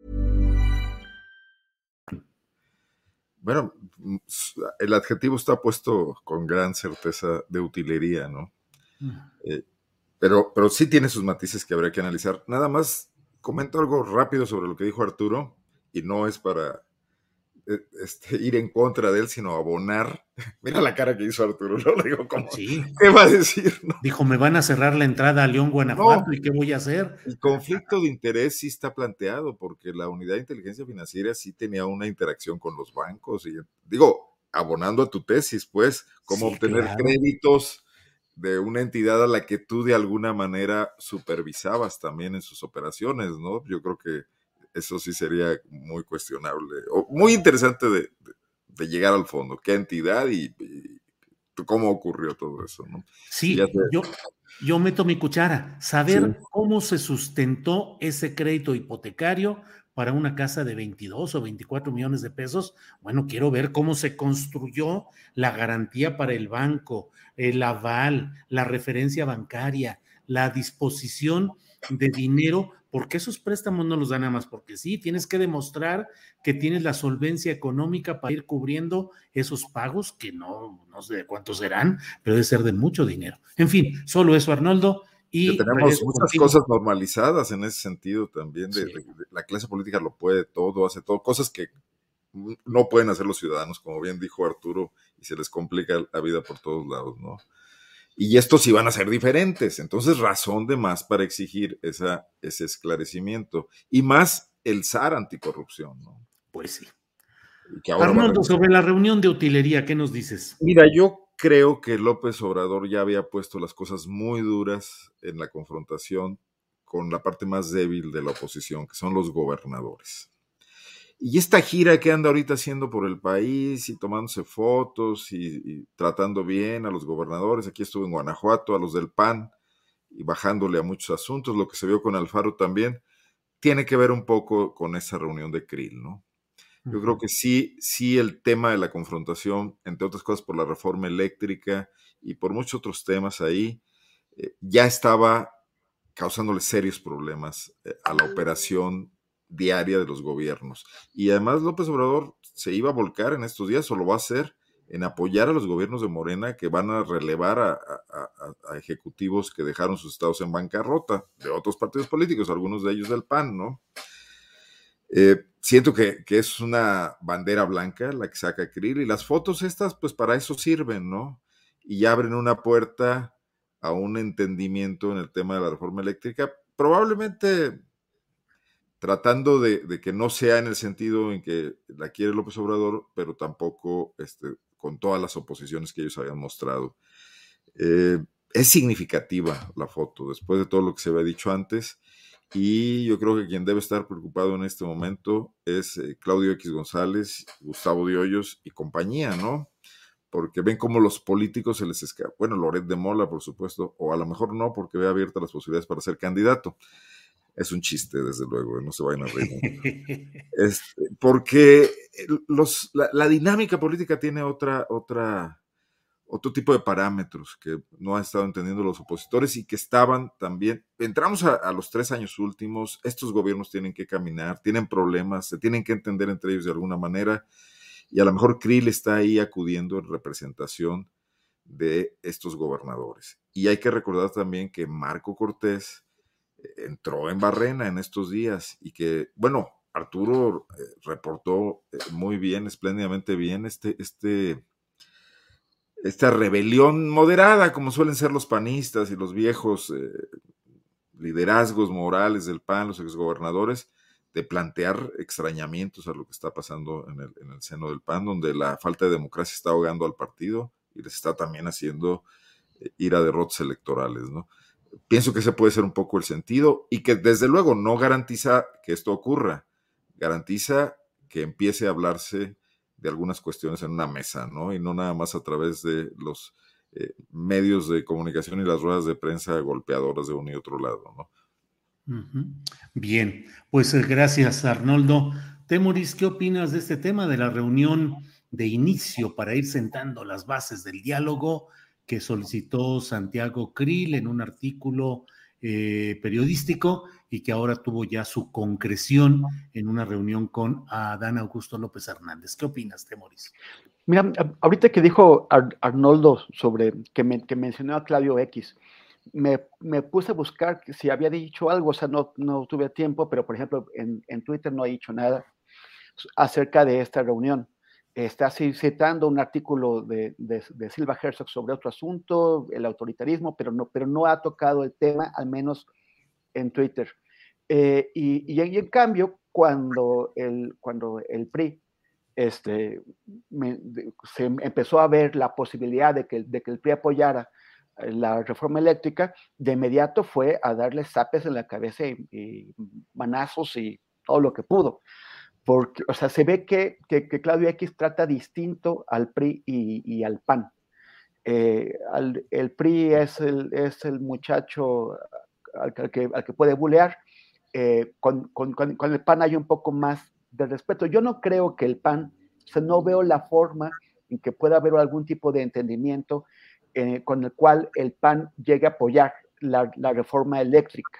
Bueno, el adjetivo está puesto con gran certeza de utilería, ¿no? Mm. Eh, pero, pero sí tiene sus matices que habría que analizar. Nada más comento algo rápido sobre lo que dijo Arturo, y no es para este, ir en contra de él, sino abonar. Mira la cara que hizo Arturo, ¿no? Le digo, ¿cómo?
Sí.
¿Qué va a decir? ¿No?
Dijo, me van a cerrar la entrada a León, Guanajuato, no. ¿Y qué voy a hacer?
El conflicto de interés sí está planteado, porque la Unidad de Inteligencia Financiera sí tenía una interacción con los bancos, y digo, abonando a tu tesis, pues, cómo sí, obtener claro. créditos de una entidad a la que tú de alguna manera supervisabas también en sus operaciones, ¿no? Yo creo que eso sí sería muy cuestionable, o muy interesante de, de, de llegar al fondo. ¿Qué entidad y, y cómo ocurrió todo eso, ¿no?
Sí, te... yo, yo meto mi cuchara. Saber sí. cómo se sustentó ese crédito hipotecario para una casa de veintidós o veinticuatro millones de pesos. Bueno, quiero ver cómo se construyó la garantía para el banco, el aval, la referencia bancaria, la disposición de dinero, porque esos préstamos no los dan nada más porque sí, tienes que demostrar que tienes la solvencia económica para ir cubriendo esos pagos, que no, no sé de cuántos serán, pero debe ser de mucho dinero. En fin, solo eso, Arnoldo. Y
que tenemos muchas contigo. Cosas normalizadas en ese sentido también, de, sí. de, de la clase política lo puede todo, hace todo, cosas que no pueden hacer los ciudadanos, como bien dijo Arturo, y se les complica la vida por todos lados, ¿no? Y estos sí van a ser diferentes, entonces razón de más para exigir esa, ese esclarecimiento, y más el S A R anticorrupción, ¿no?
Pues sí.
Arnoldo,
a... sobre la reunión de utilería, ¿qué nos dices?
Mira, yo creo que López Obrador ya había puesto las cosas muy duras en la confrontación con la parte más débil de la oposición, que son los gobernadores. Y esta gira que anda ahorita haciendo por el país y tomándose fotos y, y tratando bien a los gobernadores, aquí estuvo en Guanajuato, a los del P A N, y bajándole a muchos asuntos, lo que se vio con Alfaro también, tiene que ver un poco con esa reunión de Krill, ¿no? Yo creo que sí, sí el tema de la confrontación, entre otras cosas por la reforma eléctrica y por muchos otros temas ahí, eh, ya estaba causándole serios problemas eh, a la operación diaria de los gobiernos. Y además López Obrador se iba a volcar en estos días, o lo va a hacer, en apoyar a los gobiernos de Morena que van a relevar a, a, a ejecutivos que dejaron sus estados en bancarrota, de otros partidos políticos, algunos de ellos del P A N, ¿no? Eh, siento que, que es una bandera blanca la que saca Krill, y las fotos estas pues para eso sirven, ¿no? Y ya abren una puerta a un entendimiento en el tema de la reforma eléctrica, probablemente tratando de, de que no sea en el sentido en que la quiere López Obrador, pero tampoco este, con todas las oposiciones que ellos habían mostrado. Eh, es significativa la foto, después de todo lo que se había dicho antes. Y yo creo que quien debe estar preocupado en este momento es eh, Claudio X González, Gustavo de Hoyos y compañía, ¿no? Porque ven cómo los políticos se les escapa. Bueno, Loret de Mola, por supuesto, o a lo mejor no, porque ve abiertas las posibilidades para ser candidato. Es un chiste, desde luego, no se vayan a reír. Este, porque los, la, la dinámica política tiene otra, otra, otro tipo de parámetros que no han estado entendiendo los opositores y que estaban también. Entramos a, a los tres años últimos, estos gobiernos tienen que caminar, tienen problemas, se tienen que entender entre ellos de alguna manera, y a lo mejor Krill está ahí acudiendo en representación de estos gobernadores. Y hay que recordar también que Marco Cortés entró en Barrena en estos días y que, bueno, Arturo eh, reportó eh, muy bien, espléndidamente bien este... este esta rebelión moderada, como suelen ser los panistas y los viejos eh, liderazgos morales del P A N, los exgobernadores, de plantear extrañamientos a lo que está pasando en el, en el seno del P A N, donde la falta de democracia está ahogando al partido y les está también haciendo eh, ir a derrotas electorales, ¿no? Pienso que ese puede ser un poco el sentido, y que desde luego no garantiza que esto ocurra, garantiza que empiece a hablarse de algunas cuestiones en una mesa, ¿no? Y no nada más a través de los eh, medios de comunicación y las ruedas de prensa golpeadoras de uno y otro lado, ¿no?
Uh-huh. Bien, pues gracias, Arnoldo. Temoris, ¿qué opinas de este tema de la reunión de inicio para ir sentando las bases del diálogo que solicitó Santiago Krill en un artículo eh, periodístico y que ahora tuvo ya su concreción en una reunión con Adán Augusto López Hernández? ¿Qué opinas, Temoris?
Mira, ahorita que dijo Ar- Arnoldo sobre que, me, que mencionó a Claudio X, me, me puse a buscar si había dicho algo, o sea, no, no tuve tiempo, pero por ejemplo en, en Twitter no ha dicho nada acerca de esta reunión. Está citando un artículo de, de, de Silva Herzog sobre otro asunto, el autoritarismo, pero no, pero no ha tocado el tema, al menos en Twitter. Eh, y, y, y en cambio, cuando el, cuando el P R I este, me, de, se empezó a ver la posibilidad de que, de que el P R I apoyara la reforma eléctrica, de inmediato fue a darle zapes en la cabeza y, y manazos y todo lo que pudo. Porque, o sea, se ve que, que, que Claudio X trata distinto al P R I y, y al P A N. Eh, al, el P R I es el, es el muchacho al, al, que, al que puede bulear, eh, con, con, con, con el P A N hay un poco más de respeto. Yo no creo que el P A N, o sea, no veo la forma en que pueda haber algún tipo de entendimiento eh, con el cual el P A N llegue a apoyar la, la reforma eléctrica.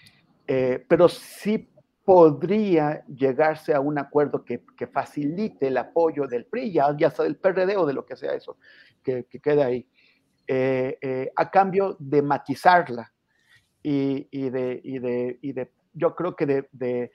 Eh, pero sí podría llegarse a un acuerdo que, que facilite el apoyo del P R I, ya, ya sea del P R D o de lo que sea eso, que, que quede ahí, eh, eh, a cambio de matizarla y, y, de, y, de, y de, yo creo que de, de,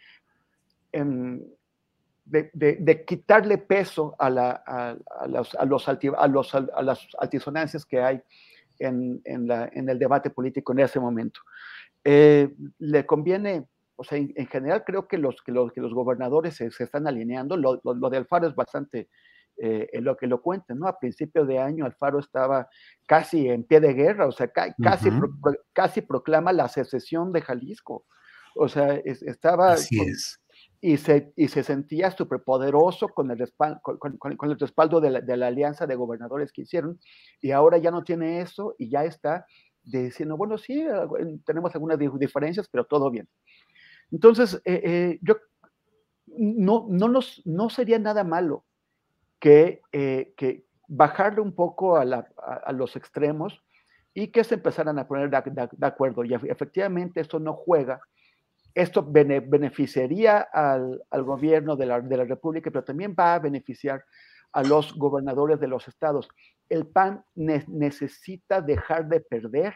um, de, de, de quitarle peso a, la, a, a, los, a, los alti, a, los, a las altisonancias que hay en, en, la, en el debate político en ese momento. Eh, le conviene, o sea, en, en general creo que los, que los, que los gobernadores se, se están alineando. Lo, lo, lo de Alfaro es bastante eh, lo que lo cuentan, ¿no? A principio de año Alfaro estaba casi en pie de guerra, o sea, ca, casi, uh-huh. pro, casi proclama la secesión de Jalisco. O sea, es, estaba...
Así
con,
es.
Y se, y se sentía superpoderoso con el respaldo, con, con, con el respaldo de la, de la alianza de gobernadores que hicieron, y ahora ya no tiene eso y ya está diciendo, bueno, sí, tenemos algunas diferencias, pero todo bien. Entonces, eh, eh, yo no, no, nos, no sería nada malo que, eh, que bajarle un poco a, la, a, a los extremos y que se empezaran a poner de, de, de acuerdo. Y efectivamente esto no juega. Esto bene, beneficiaría al, al gobierno de la, de la República, pero también va a beneficiar a los gobernadores de los estados. El P A N ne, necesita dejar de perder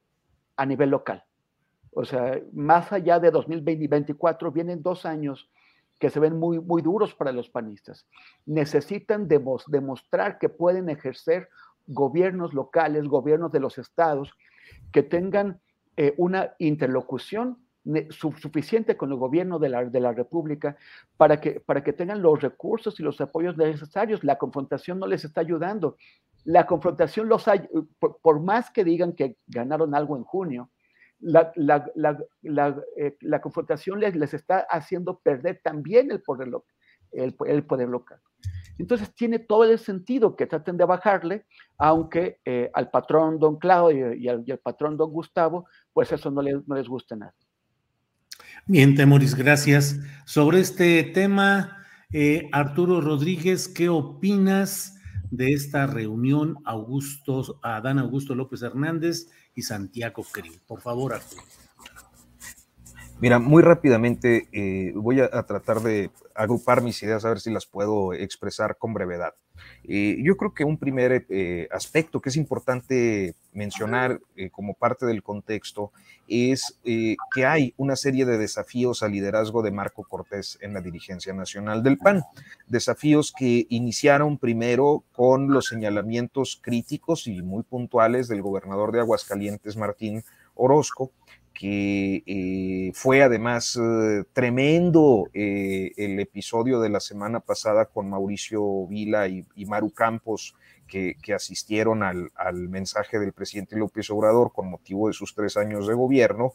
a nivel local. O sea, más allá de dos mil veinticuatro, vienen dos años que se ven muy, muy duros para los panistas. Necesitan demos, demostrar que pueden ejercer gobiernos locales, gobiernos de los estados, que tengan eh, una interlocución suficiente con el gobierno de la, de la República para que, para que tengan los recursos y los apoyos necesarios. La confrontación no les está ayudando. La confrontación los hay, por, por más que digan que ganaron algo en junio, la, la, la, la, eh, la confrontación les, les está haciendo perder también el poder, local, el, el poder local. Entonces tiene todo el sentido que traten de bajarle, aunque eh, al patrón don Claudio y al, y al patrón don Gustavo, pues eso no les, no les gusta nada.
Bien, Temoris, gracias. Sobre este tema, eh, Arturo Rodríguez, ¿qué opinas de esta reunión Augusto, Adán Augusto López Hernández y Santiago Krill? Por favor, Arturo.
Mira, muy rápidamente eh, voy a, a tratar de agrupar mis ideas, a ver si las puedo expresar con brevedad. Eh, yo creo que un primer eh, aspecto que es importante mencionar eh, como parte del contexto es eh, que hay una serie de desafíos al liderazgo de Marco Cortés en la dirigencia nacional del P A N. Desafíos que iniciaron primero con los señalamientos críticos y muy puntuales del gobernador de Aguascalientes, Martín Orozco, que eh, fue además eh, tremendo eh, el episodio de la semana pasada con Mauricio Vila y, y Maru Campos, que, que asistieron al, al mensaje del presidente López Obrador con motivo de sus tres años de gobierno,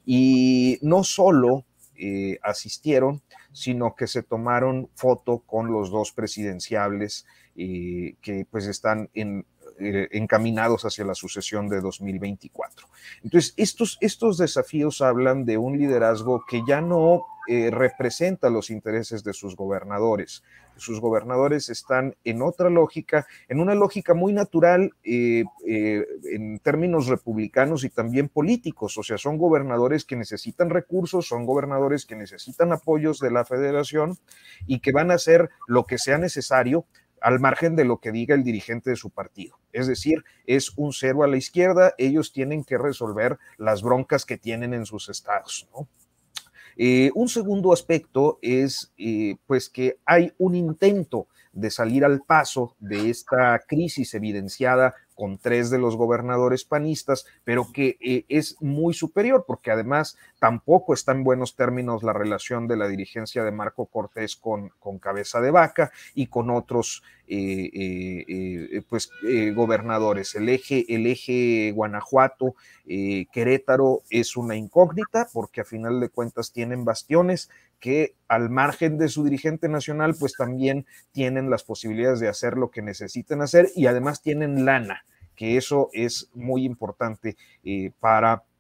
y no solo eh, asistieron, sino que se tomaron foto con los dos presidenciables eh, que pues están en Eh, encaminados hacia la sucesión de dos mil veinticuatro. Entonces, estos, estos desafíos hablan de un liderazgo que ya no eh, representa los intereses de sus gobernadores. Sus gobernadores están en otra lógica, en una lógica muy natural eh, eh, en términos republicanos y también políticos. O sea, son gobernadores que necesitan recursos, son gobernadores que necesitan apoyos de la federación y que van a hacer lo que sea necesario al margen de lo que diga el dirigente de su partido. Es decir, es un cero a la izquierda, ellos tienen que resolver las broncas que tienen en sus estados, ¿no? Eh, un segundo aspecto es eh, pues que hay un intento de salir al paso de esta crisis evidenciada con tres de los gobernadores panistas, pero que eh, es muy superior, porque además tampoco está en buenos términos la relación de la dirigencia de Marco Cortés con, con Cabeza de Vaca y con otros eh, eh, eh, pues, eh, gobernadores. El eje, el eje Guanajuato, eh, Querétaro es una incógnita, porque a final de cuentas tienen bastiones que al margen de su dirigente nacional, pues también tienen las posibilidades de hacer lo que necesiten hacer y además tienen lana, que eso es muy importante eh, para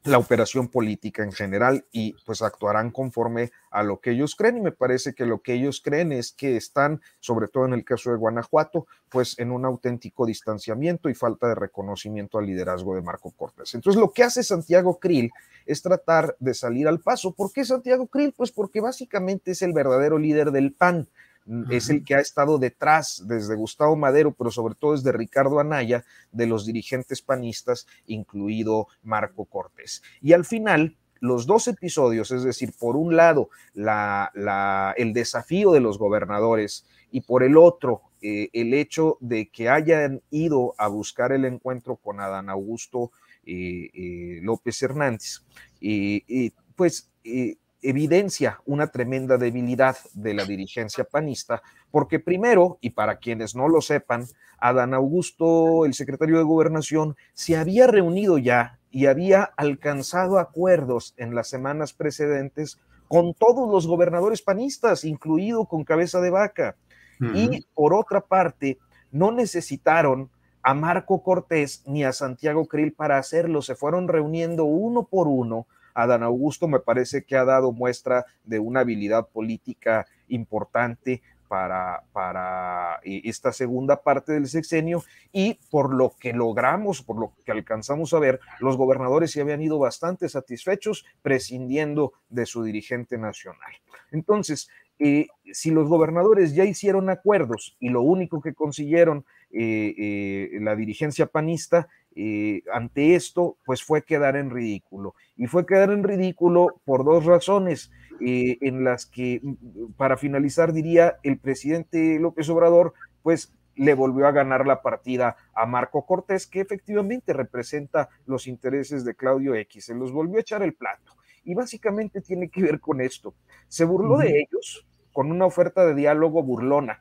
la operación política en general y pues actuarán conforme a lo que ellos creen, y me parece que lo que ellos creen es que están, sobre todo en el caso de Guanajuato, pues en un auténtico distanciamiento y falta de reconocimiento al liderazgo de Marco Cortés. Entonces lo que hace Santiago Krill es tratar de salir al paso. ¿Por qué Santiago Krill? Pues porque básicamente es el verdadero líder del P A N. Es el que ha estado detrás desde Gustavo Madero, pero sobre todo desde Ricardo Anaya, de los dirigentes panistas, incluido Marco Cortés. Y al final, los dos episodios, es decir, por un lado, la, la, el desafío de los gobernadores y por el otro, eh, el hecho de que hayan ido a buscar el encuentro con Adán Augusto eh, eh, López Hernández, eh, eh, pues... Eh, evidencia una tremenda debilidad de la dirigencia panista, porque primero, y para quienes no lo sepan, Adán Augusto, el secretario de Gobernación, se había reunido ya y había alcanzado acuerdos en las semanas precedentes con todos los gobernadores panistas, incluido con Cabeza de Vaca. Uh-huh. Y por otra parte, no necesitaron a Marco Cortés ni a Santiago Krill para hacerlo, se fueron reuniendo uno por uno. Adán Augusto me parece que ha dado muestra de una habilidad política importante para, para esta segunda parte del sexenio, y por lo que logramos, por lo que alcanzamos a ver, los gobernadores se habían ido bastante satisfechos prescindiendo de su dirigente nacional. Entonces, eh, si los gobernadores ya hicieron acuerdos y lo único que consiguieron eh, eh, la dirigencia panista Eh, ante esto, pues fue quedar en ridículo, y fue quedar en ridículo por dos razones, eh, en las que, para finalizar, diría, el presidente López Obrador, pues le volvió a ganar la partida a Marco Cortés, que efectivamente representa los intereses de Claudio X, se los volvió a echar el plato, y básicamente tiene que ver con esto. Se burló uh-huh. de ellos con una oferta de diálogo burlona,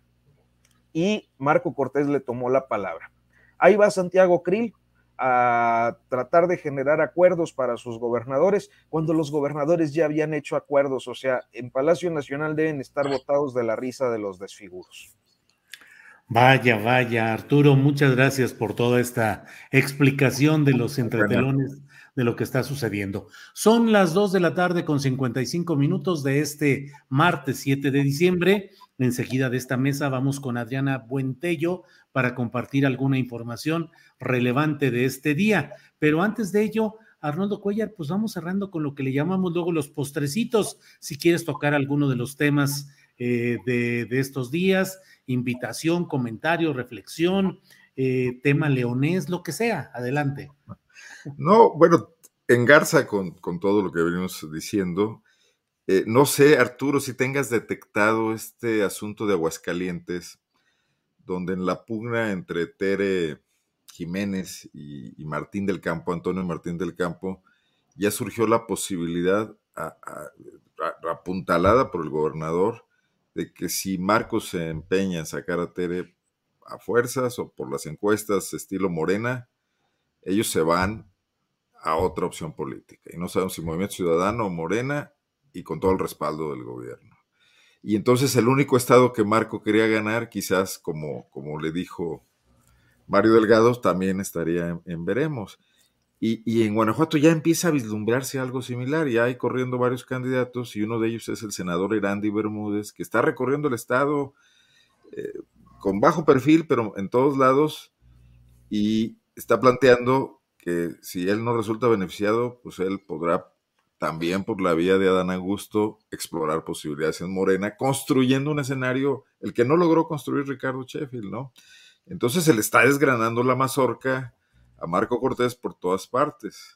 y Marco Cortés le tomó la palabra. Ahí va Santiago Krill a tratar de generar acuerdos para sus gobernadores, cuando los gobernadores ya habían hecho acuerdos. O sea, en Palacio Nacional deben estar botados de la risa de los desfiguros.
Vaya, vaya, Arturo, muchas gracias por toda esta explicación de los entretelones de lo que está sucediendo. Son las dos de la tarde con cincuenta y cinco minutos de este martes siete de diciembre. Enseguida de esta mesa vamos con Adriana Buentello para compartir alguna información relevante de este día. Pero antes de ello, Arnoldo Cuellar, pues vamos cerrando con lo que le llamamos luego los postrecitos. Si quieres tocar alguno de los temas eh, de, de estos días, invitación, comentario, reflexión, eh, tema leonés, lo que sea, adelante.
No, bueno, engarza con, con todo lo que venimos diciendo. Eh, no sé, Arturo, si tengas detectado este asunto de Aguascalientes, donde en la pugna entre Tere Jiménez y, y Martín del Campo, Antonio Martín del Campo, ya surgió la posibilidad a, a, a, apuntalada por el gobernador de que si Marcos se empeña en sacar a Tere a fuerzas o por las encuestas estilo Morena, ellos se van a otra opción política. Y no sabemos si Movimiento Ciudadano o Morena, y con todo el respaldo del gobierno. Y entonces el único estado que Marco quería ganar, quizás como, como le dijo Mario Delgado, también estaría en, en veremos. Y, y en Guanajuato ya empieza a vislumbrarse algo similar, ya hay corriendo varios candidatos, y uno de ellos es el senador Erandi Bermúdez, que está recorriendo el estado eh, con bajo perfil, pero en todos lados, y está planteando que si él no resulta beneficiado, pues él podrá también por la vía de Adán Augusto explorar posibilidades en Morena, construyendo un escenario, el que no logró construir Ricardo Sheffield, ¿no? Entonces se le está desgranando la mazorca a Marco Cortés por todas partes.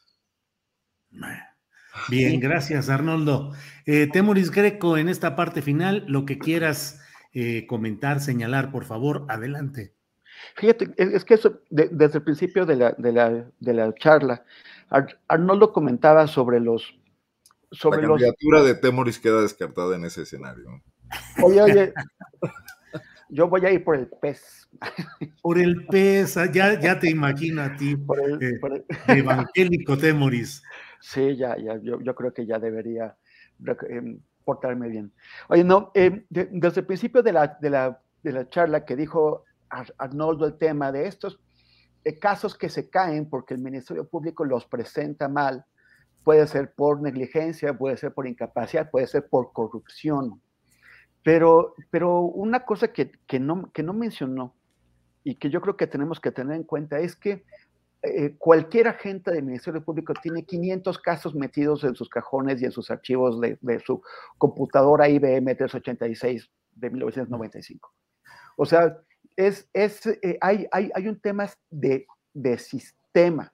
Bien, gracias, Arnoldo. Eh, Temoris Greco, en esta parte final, lo que quieras eh, comentar, señalar, por favor, adelante.
Fíjate, es que eso, de, desde el principio de la, de la, de la charla, Ar, Arnoldo comentaba sobre los... Sobre
la candidatura
los...
de Temoris queda descartada en ese escenario.
Oye, oye, yo voy a ir por el pez.
Por el pez, ya, ya te imagino a ti,
por el,
eh,
por el...
evangélico Temoris.
Sí, ya, ya, yo, yo creo que ya debería eh, portarme bien. Oye, no, eh, de, desde el principio de la, de, la, de la charla que dijo Ar, Arnoldo el tema de estos eh, casos que se caen porque el Ministerio Público los presenta mal, puede ser por negligencia, puede ser por incapacidad, puede ser por corrupción. Pero, pero una cosa que, que, no, que no mencionó y que yo creo que tenemos que tener en cuenta es que eh, cualquier agente del Ministerio Público tiene quinientos casos metidos en sus cajones y en sus archivos de, de su computadora I B M trescientos ochenta y seis de mil novecientos noventa y cinco. O sea, es, es, eh, hay, hay, hay un tema de, de sistema.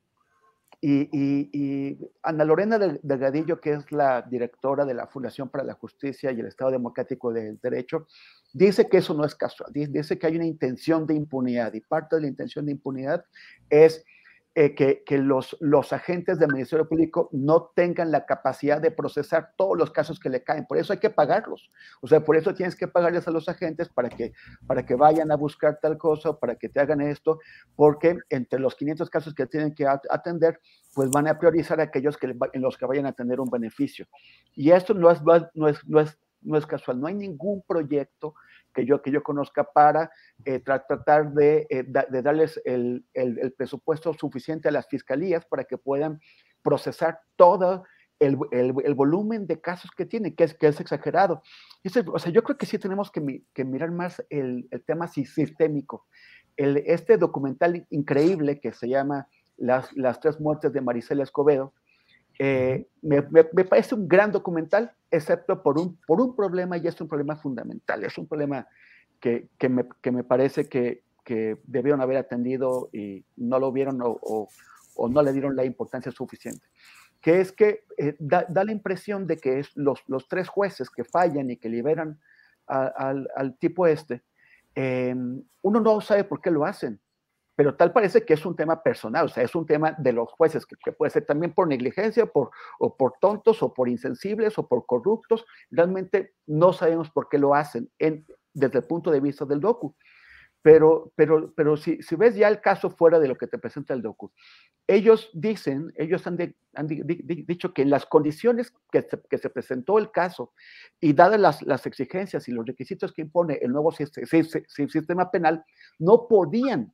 Y, y, y Ana Lorena Delgadillo, que es la directora de la Fundación para la Justicia y el Estado Democrático del Derecho, dice que eso no es casual, dice que hay una intención de impunidad, y parte de la intención de impunidad es eh, que, que los, los agentes del Ministerio Público no tengan la capacidad de procesar todos los casos que le caen, por eso hay que pagarlos, o sea, por eso tienes que pagarles a los agentes para que, para que vayan a buscar tal cosa, para que te hagan esto, porque entre los quinientos casos que tienen que atender, pues van a priorizar aquellos que, en los que vayan a tener un beneficio. Y esto no es, no es, no es, no es casual, no hay ningún proyecto que yo, que yo conozca para eh, tra tratar de, eh, da de darles el, el, el presupuesto suficiente a las fiscalías para que puedan procesar todo el, el, el volumen de casos que tienen, que es, que es exagerado. Eso, o sea, yo creo que sí tenemos que, mi, que mirar más el, el tema sistémico. El, este documental increíble que se llama Las, las tres muertes de Marisela Escobedo, eh, me, me, me parece un gran documental, excepto por un, por un problema, y es un problema fundamental, es un problema que, que, me, que me parece que, que debieron haber atendido y no lo vieron o, o, o no le dieron la importancia suficiente, que es que eh, da, da la impresión de que es los, los tres jueces que fallan y que liberan a, al, al tipo este, eh, uno no sabe por qué lo hacen, pero tal parece que es un tema personal, o sea, es un tema de los jueces, que, que puede ser también por negligencia, por, o por tontos, o por insensibles, o por corruptos. Realmente no sabemos por qué lo hacen en, desde el punto de vista del docu. Pero, pero, pero si, si ves ya el caso fuera de lo que te presenta el docu, ellos dicen, ellos han, de, han di, di, dicho que en las condiciones que se, que se presentó el caso y dadas las, las exigencias y los requisitos que impone el nuevo sistema penal, no podían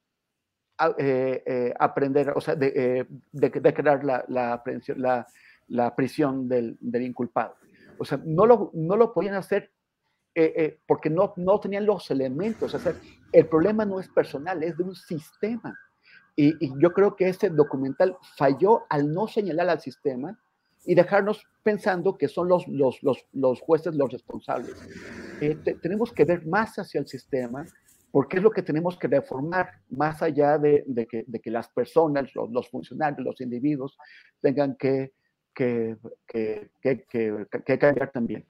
Eh, eh, aprender, o sea, de, eh, de, de crear la, la, la, la prisión del, del inculpado. O sea, no lo, no lo podían hacer eh, eh, porque no, no tenían los elementos. O sea, el problema no es personal, es de un sistema. Y, y yo creo que este documental falló al no señalar al sistema y dejarnos pensando que son los, los, los, los jueces los responsables. Eh, te, tenemos que ver más hacia el sistema, porque es lo que tenemos que reformar, más allá de, de, que, de que las personas, los, los funcionarios, los individuos, tengan que, que, que, que, que, que cambiar también.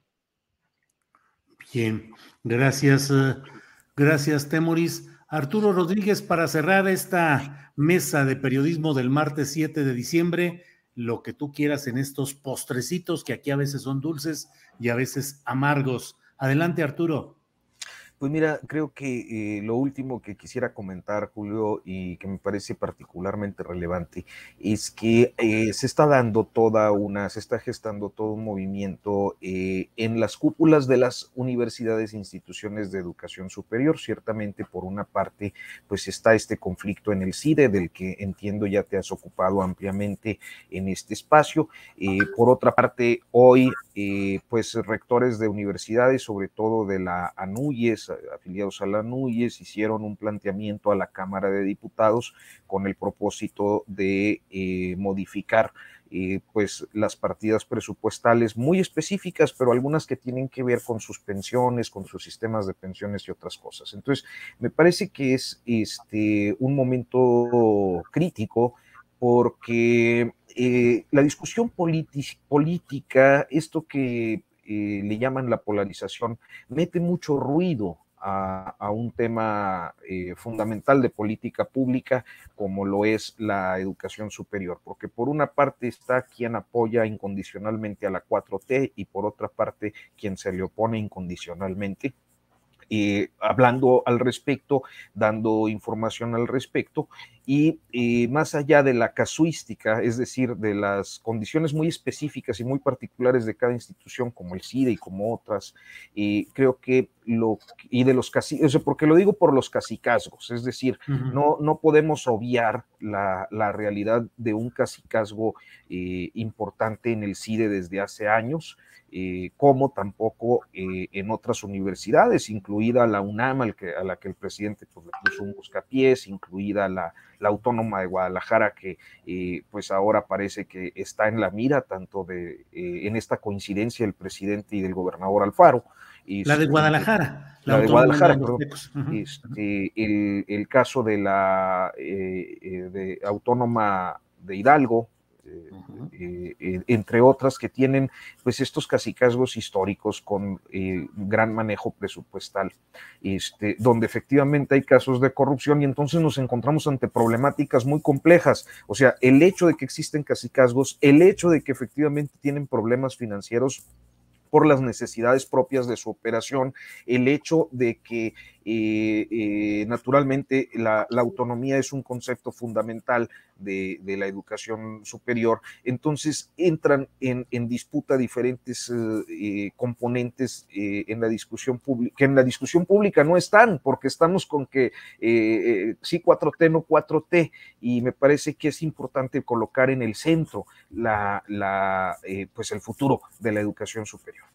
Bien, gracias, gracias, Temoris. Arturo Rodríguez, para cerrar esta mesa de periodismo del martes siete de diciembre, lo que tú quieras en estos postrecitos que aquí a veces son dulces y a veces amargos. Adelante, Arturo.
Pues mira, creo que eh, lo último que quisiera comentar, Julio, y que me parece particularmente relevante, es que eh, se está dando toda una, se está gestando todo un movimiento eh, en las cúpulas de las universidades e instituciones de educación superior. Ciertamente, por una parte, pues está este conflicto en el CIDE, del que entiendo ya te has ocupado ampliamente en este espacio. Eh, por otra parte, hoy, eh, pues rectores de universidades, sobre todo de la ANUYES, afiliados a la ANUYES, hicieron un planteamiento a la Cámara de Diputados con el propósito de eh, modificar eh, pues las partidas presupuestales muy específicas, pero algunas que tienen que ver con sus pensiones, con sus sistemas de pensiones y otras cosas. Entonces, me parece que es este, un momento crítico porque eh, la discusión política, esto que eh, le llaman la polarización, mete mucho ruido A, a un tema eh, fundamental de política pública como lo es la educación superior, porque por una parte está quien apoya incondicionalmente a la cuatro T y por otra parte quien se le opone incondicionalmente. Eh, hablando al respecto, dando información al respecto, y eh, más allá de la casuística, es decir, de las condiciones muy específicas y muy particulares de cada institución, como el CIDE y como otras, eh, creo que lo, y de los casi, porque lo digo por los cacicazgos, es decir, uh-huh. no, no podemos obviar la, la realidad de un cacicazgo eh, importante en el CIDE desde hace años, Eh, como tampoco eh, en otras universidades, incluida la UNAM, al que, a la que el presidente pues, le puso un buscapiés, incluida la, la Autónoma de Guadalajara, que eh, pues ahora parece que está en la mira, tanto de, eh, en esta coincidencia del presidente y del gobernador Alfaro.
Este, la de Guadalajara.
La, la de Guadalajara, perdón. Uh-huh. Este, el, el caso de la eh, de Autónoma de Hidalgo, Uh-huh. eh, eh, entre otras que tienen pues estos cacicazgos históricos con eh, gran manejo presupuestal, este, donde efectivamente hay casos de corrupción y entonces nos encontramos ante problemáticas muy complejas. O sea, el hecho de que existen cacicazgos, el hecho de que efectivamente tienen problemas financieros por las necesidades propias de su operación, el hecho de que eh, eh, naturalmente la, la autonomía es un concepto fundamental de, de la educación superior, entonces entran en, en disputa diferentes eh, componentes eh, en la discusión pública, que en la discusión pública no están, porque estamos con que eh, sí cuatro T, no cuatro T, y me parece que es importante colocar en el centro la, la, eh, pues el futuro de la educación superior.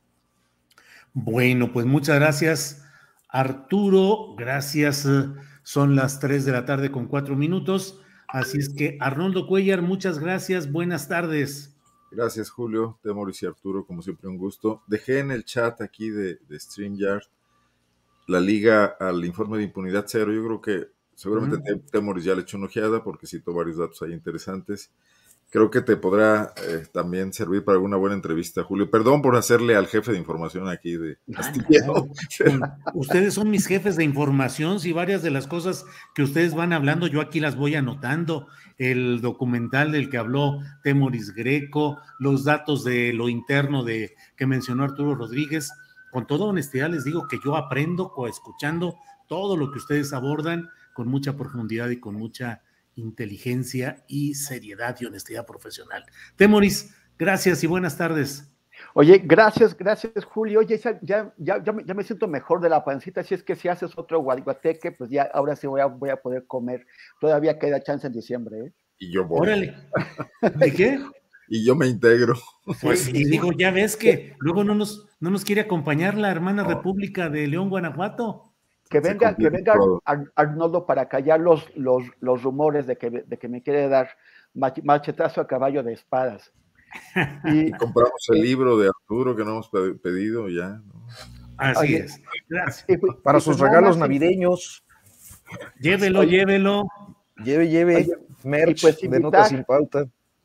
Bueno, pues muchas gracias, Arturo. Gracias. Son las tres de la tarde con cuatro minutos. Así es que, Arnoldo Cuéllar, muchas gracias. Buenas tardes.
Gracias, Julio, Temoris y Arturo, como siempre un gusto. Dejé en el chat aquí de, de StreamYard la liga al informe de impunidad cero. Yo creo que seguramente uh-huh. Temoris ya le echó una ojeada porque citó varios datos ahí interesantes. Creo que te podrá eh, también servir para alguna buena entrevista, Julio. Perdón por hacerle al jefe de información aquí de Astillero.
No, no. Ustedes son mis jefes de información, si varias de las cosas que ustedes van hablando, yo aquí las voy anotando. El documental del que habló Temoris Greco, los datos de lo interno de que mencionó Arturo Rodríguez. Con toda honestidad les digo que yo aprendo coescuchando todo lo que ustedes abordan con mucha profundidad y con mucha inteligencia y seriedad y honestidad profesional. Temoris, gracias y buenas tardes.
Oye, gracias, gracias, Julio. Oye, ya, ya, ya, me, ya me siento mejor de la pancita, si es que si haces otro guateque, pues ya ahora sí voy a, voy a poder comer. Todavía queda chance en diciembre, ¿eh?
Y yo voy.
Órale. ¿De qué?
Y yo me integro.
Pues sí, digo, ya ves que luego no nos, no nos quiere acompañar la hermana oh. República de León, Guanajuato.
Que venga, que venga Ar- Arnoldo para callar los, los, los rumores de que, de que me quiere dar mach- machetazo a caballo de espadas.
Y compramos el libro de Arturo que no hemos pedido ya, ¿no?
Así Oye, es. Gracias.
Y, pues, para y sus pues regalos navideños.
Llévelo, Oye, llévelo.
Lleve, lleve. Oye, merch pues invitar, de Notas Sin Pauta.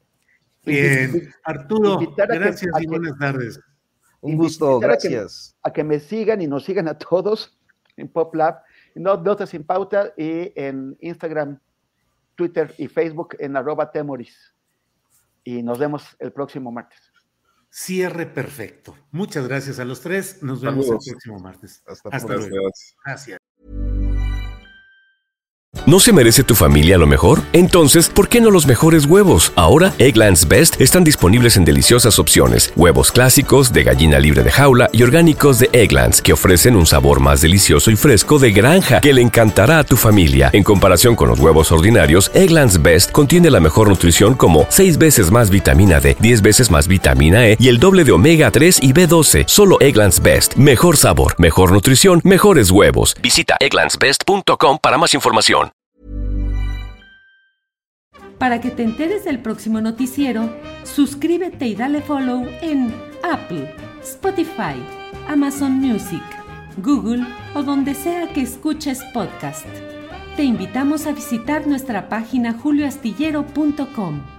Bien. Arturo, gracias que, y buenas tardes.
Un gusto, gracias.
A que, a que me sigan y nos sigan a todos en PopLab, Notas Sin Pauta, y en Instagram, Twitter y Facebook en arroba Temoris. Y nos vemos el próximo martes.
Cierre perfecto. Muchas gracias a los tres. Nos vemos Saludos. El próximo martes.
Hasta, Hasta luego.
Gracias.
¿No se merece tu familia lo mejor? Entonces, ¿por qué no los mejores huevos? Ahora, Eggland's Best están disponibles en deliciosas opciones. Huevos clásicos, de gallina libre de jaula y orgánicos de Eggland's, que ofrecen un sabor más delicioso y fresco de granja que le encantará a tu familia. En comparación con los huevos ordinarios, Eggland's Best contiene la mejor nutrición como seis veces más vitamina D, diez veces más vitamina E y el doble de omega tres y B doce. Solo Eggland's Best. Mejor sabor, mejor nutrición, mejores huevos. Visita egglands best punto com para más información.
Para que te enteres del próximo noticiero, suscríbete y dale follow en Apple, Spotify, Amazon Music, Google o donde sea que escuches podcast. Te invitamos a visitar nuestra página julio astillero punto com.